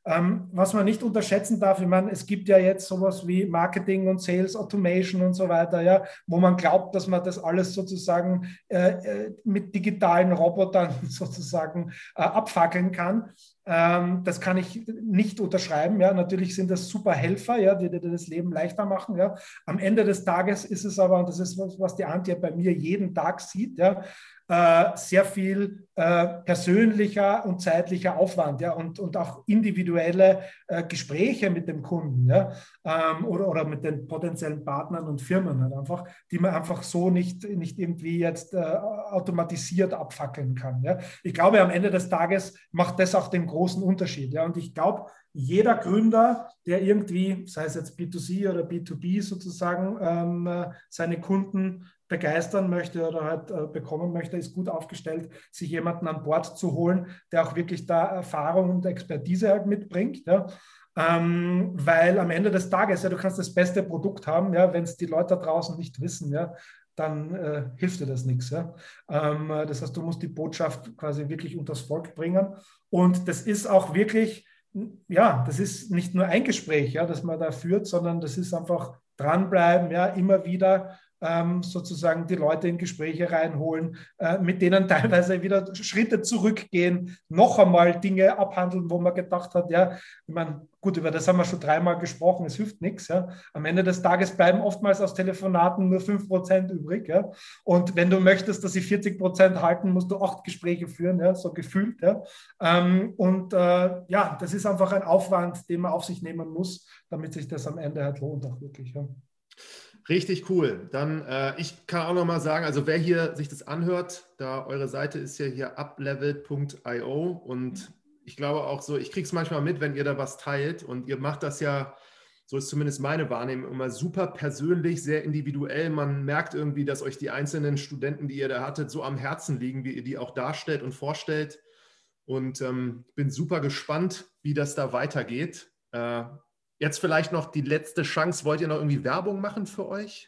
Ähm, was man nicht unterschätzen darf, ich meine, es gibt ja jetzt sowas wie Marketing und Sales Automation und so weiter, ja, wo man glaubt, dass man das alles sozusagen äh, mit digitalen Robotern sozusagen äh, abfackeln kann. Ähm, das kann ich nicht unterschreiben. Ja. Natürlich sind das super Helfer, ja, die dir das Leben leichter machen. Ja. Am Ende des Tages ist es aber, und das ist was, was die Antje bei mir jeden Tag sieht, ja, äh, sehr viel äh, persönlicher und zeitlicher Aufwand, ja, und, und auch individuelle äh, Gespräche mit dem Kunden, ja, ähm, oder, oder mit den potenziellen Partnern und Firmen halt einfach, die man einfach so nicht, nicht irgendwie jetzt äh, automatisiert abfackeln kann. Ja. Ich glaube, am Ende des Tages macht das auch den großen Unterschied. Ja. Und ich glaube, jeder Gründer, der irgendwie, sei es jetzt B zwei C oder B zwei B sozusagen, ähm, seine Kunden begeistern möchte oder halt äh, bekommen möchte, ist gut aufgestellt, sich jemanden an Bord zu holen, der auch wirklich da Erfahrung und Expertise halt mitbringt. Ja. Ähm, weil am Ende des Tages, ja, du kannst das beste Produkt haben, ja, wenn es die Leute da draußen nicht wissen, ja, dann äh, hilft dir das nichts. Ja. Ähm, das heißt, du musst die Botschaft quasi wirklich unters Volk bringen. Und das ist auch wirklich, ja, das ist nicht nur ein Gespräch, ja, das man da führt, sondern das ist einfach dranbleiben, ja, immer wieder ähm, sozusagen die Leute in Gespräche reinholen, äh, mit denen teilweise wieder Schritte zurückgehen, noch einmal Dinge abhandeln, wo man gedacht hat, ja, ich meine, gut, über das haben wir schon dreimal gesprochen, es hilft nichts. Ja. Am Ende des Tages bleiben oftmals aus Telefonaten nur fünf Prozent übrig. Ja. Und wenn du möchtest, dass sie vierzig Prozent halten, musst du acht Gespräche führen, ja, so gefühlt. Ja. Ähm, und äh, ja, das ist einfach ein Aufwand, den man auf sich nehmen muss, damit sich das am Ende halt lohnt auch wirklich. Ja. Richtig cool. Dann, äh, ich kann auch noch mal sagen, also wer hier sich das anhört, da eure Seite ist ja hier upleveled punkt io und ich glaube auch so, ich kriege es manchmal mit, wenn ihr da was teilt und ihr macht das ja, so ist zumindest meine Wahrnehmung, immer super persönlich, sehr individuell. Man merkt irgendwie, dass euch die einzelnen Studenten, die ihr da hattet, so am Herzen liegen, wie ihr die auch darstellt und vorstellt. Und ähm, bin super gespannt, wie das da weitergeht. Äh, Jetzt vielleicht noch die letzte Chance. Wollt ihr noch irgendwie Werbung machen für euch?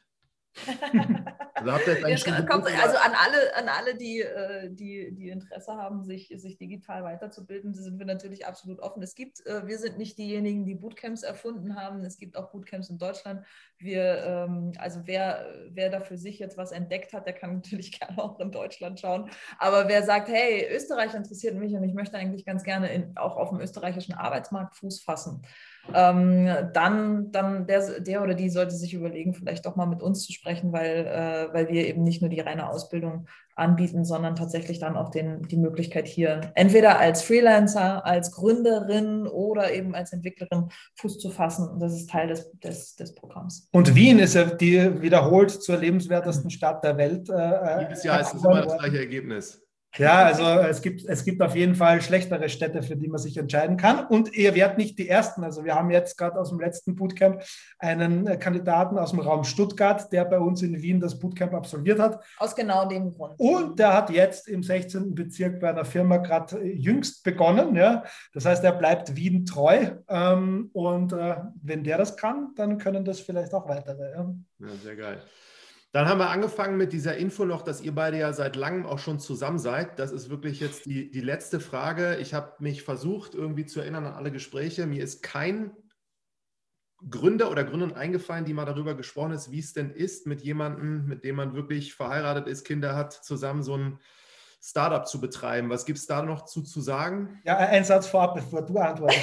Also, habt ihr jetzt kommt, also an alle, an alle die, die, die Interesse haben, sich, sich digital weiterzubilden, sind wir natürlich absolut offen. Es gibt, wir sind nicht diejenigen, die Bootcamps erfunden haben. Es gibt auch Bootcamps in Deutschland. Wir, also wer, wer da für sich jetzt was entdeckt hat, der kann natürlich gerne auch in Deutschland schauen. Aber wer sagt, hey, Österreich interessiert mich und ich möchte eigentlich ganz gerne in, auch auf dem österreichischen Arbeitsmarkt Fuß fassen, ähm, dann, dann der, der oder die sollte sich überlegen, vielleicht doch mal mit uns zu sprechen, weil, äh, weil wir eben nicht nur die reine Ausbildung anbieten, sondern tatsächlich dann auch den, die Möglichkeit hier entweder als Freelancer, als Gründerin oder eben als Entwicklerin Fuß zu fassen. Und das ist Teil des, des, des Programms. Und Wien ist ja die wiederholt zur lebenswertesten Stadt der Welt. Äh, Jedes Jahr ist es immer das gleiche Ergebnis. Ja, also es gibt, es gibt auf jeden Fall schlechtere Städte, für die man sich entscheiden kann. Und ihr werdet nicht die Ersten. Also wir haben jetzt gerade aus dem letzten Bootcamp einen Kandidaten aus dem Raum Stuttgart, der bei uns in Wien das Bootcamp absolviert hat. Aus genau dem Grund. Und der hat jetzt im sechzehnten Bezirk bei einer Firma gerade jüngst begonnen. Ja. Das heißt, er bleibt Wien treu. Ähm, und äh, wenn der das kann, dann können das vielleicht auch weitere. Ja, ja, sehr geil. Dann haben wir angefangen mit dieser Info noch, dass ihr beide ja seit langem auch schon zusammen seid. Das ist wirklich jetzt die, die letzte Frage. Ich habe mich versucht, irgendwie zu erinnern an alle Gespräche. Mir ist kein Gründer oder Gründerin eingefallen, die mal darüber gesprochen ist, wie es denn ist, mit jemandem, mit dem man wirklich verheiratet ist, Kinder hat, zusammen so ein Startup zu betreiben. Was gibt es da noch zu, zu sagen? Ja, ein Satz vorab, bevor du antwortest.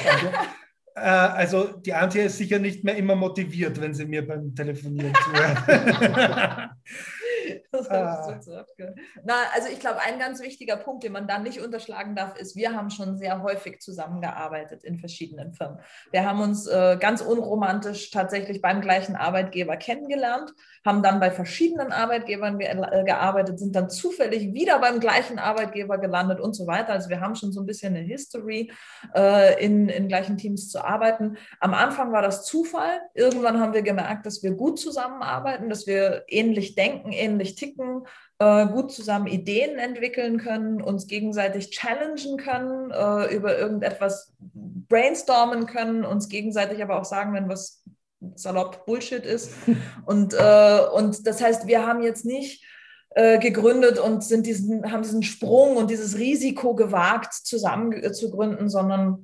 Also die Antje ist sicher nicht mehr immer motiviert, wenn sie mir beim Telefonieren zuhört. Das habe ich so gesagt. Na, also ich glaube, ein ganz wichtiger Punkt, den man da nicht unterschlagen darf, ist, wir haben schon sehr häufig zusammengearbeitet in verschiedenen Firmen. Wir haben uns äh, ganz unromantisch tatsächlich beim gleichen Arbeitgeber kennengelernt, haben dann bei verschiedenen Arbeitgebern ge äh, gearbeitet, sind dann zufällig wieder beim gleichen Arbeitgeber gelandet und so weiter. Also wir haben schon so ein bisschen eine History, äh, in, in gleichen Teams zu arbeiten. Am Anfang war das Zufall. Irgendwann haben wir gemerkt, dass wir gut zusammenarbeiten, dass wir ähnlich denken, ähnlich ticken, äh, gut zusammen Ideen entwickeln können, uns gegenseitig challengen können, äh, über irgendetwas brainstormen können, uns gegenseitig aber auch sagen, wenn was salopp Bullshit ist. Und, äh, und das heißt, wir haben jetzt nicht äh, gegründet und sind diesen, haben diesen Sprung und dieses Risiko gewagt, zusammen äh, zu gründen, sondern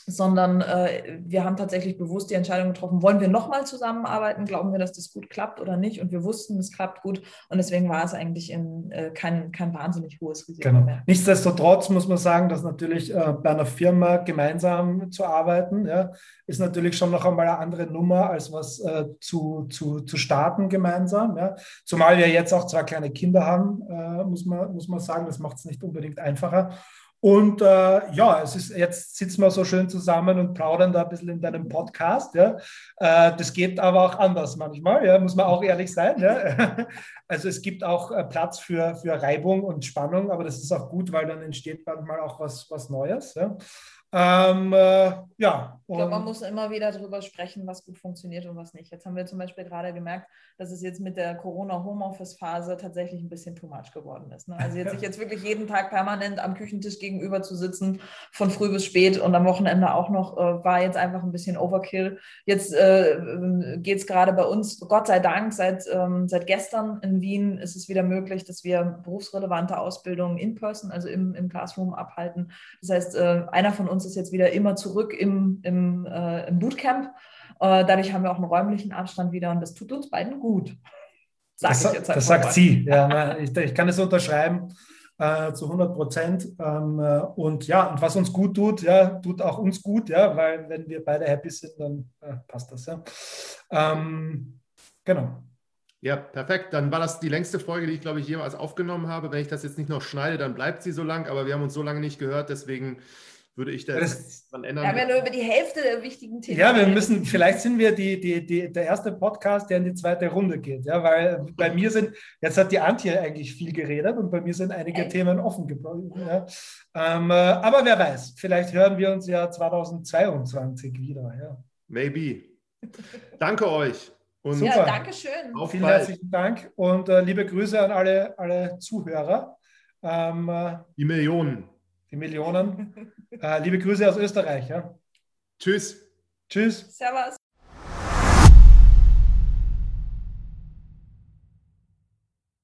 sondern äh, wir haben tatsächlich bewusst die Entscheidung getroffen, wollen wir nochmal zusammenarbeiten, glauben wir, dass das gut klappt oder nicht, und wir wussten, es klappt gut, und deswegen war es eigentlich in, äh, kein, kein wahnsinnig hohes Risiko Genau. mehr. Nichtsdestotrotz muss man sagen, dass natürlich äh, bei einer Firma gemeinsam zu arbeiten, ja, ist natürlich schon noch einmal eine andere Nummer, als was äh, zu, zu, zu starten gemeinsam. Ja. Zumal wir jetzt auch zwei kleine Kinder haben, äh, muss man, muss man sagen, das macht es nicht unbedingt einfacher. Und äh, ja, es ist, jetzt sitzen wir so schön zusammen und plaudern da ein bisschen in deinem Podcast. Ja. Äh, das geht aber auch anders manchmal, ja, muss man auch ehrlich sein. Ja. Also es gibt auch äh, Platz für, für Reibung und Spannung, aber das ist auch gut, weil dann entsteht manchmal auch was, was Neues. Ja. Ähm, äh, ja. Ich glaube, man muss immer wieder darüber sprechen, was gut funktioniert und was nicht. Jetzt haben wir zum Beispiel gerade gemerkt, dass es jetzt mit der Corona-Homeoffice-Phase tatsächlich ein bisschen too much geworden ist. Ne? Also jetzt sich jetzt wirklich jeden Tag permanent am Küchentisch gegenüber zu sitzen, von früh bis spät und am Wochenende auch noch, äh, war jetzt einfach ein bisschen Overkill. Jetzt äh, geht es gerade bei uns, Gott sei Dank, seit, ähm, seit gestern in Wien ist es wieder möglich, dass wir berufsrelevante Ausbildungen in person, also im, im Classroom abhalten. Das heißt, äh, einer von uns ist jetzt wieder immer zurück im, im, äh, im Bootcamp. Äh, dadurch haben wir auch einen räumlichen Abstand wieder, und das tut uns beiden gut. Sag das, ich jetzt das sagt mal. Sie. Ja, na, ich, ich kann es unterschreiben äh, zu hundert Prozent. Ähm, äh, und ja, und was uns gut tut, ja, tut auch uns gut, ja, weil wenn wir beide happy sind, dann äh, passt das. Ja. Ähm, genau. Ja, perfekt. Dann war das die längste Folge, die ich, glaube ich, jemals aufgenommen habe. Wenn ich das jetzt nicht noch schneide, dann bleibt sie so lang, aber wir haben uns so lange nicht gehört, deswegen würde ich da jetzt dran ändern. Wir haben ja nur über die Hälfte der wichtigen Themen. Ja, wir müssen, vielleicht sind wir die, die, die, der erste Podcast, der in die zweite Runde geht. Ja, weil bei mir sind, jetzt hat die Antje eigentlich viel geredet und bei mir sind einige Echt? Themen offen geblieben. Ja. Ähm, aber wer weiß, vielleicht hören wir uns ja zweitausendzweiundzwanzig wieder. Ja. Maybe. Danke euch. Und super. Ja, danke schön. Auf Vielen bald. Herzlichen Dank und äh, liebe Grüße an alle, alle Zuhörer. Ähm, die Millionen. Die Millionen. Äh, liebe Grüße aus Österreich. Ja. Tschüss. Tschüss. Servus.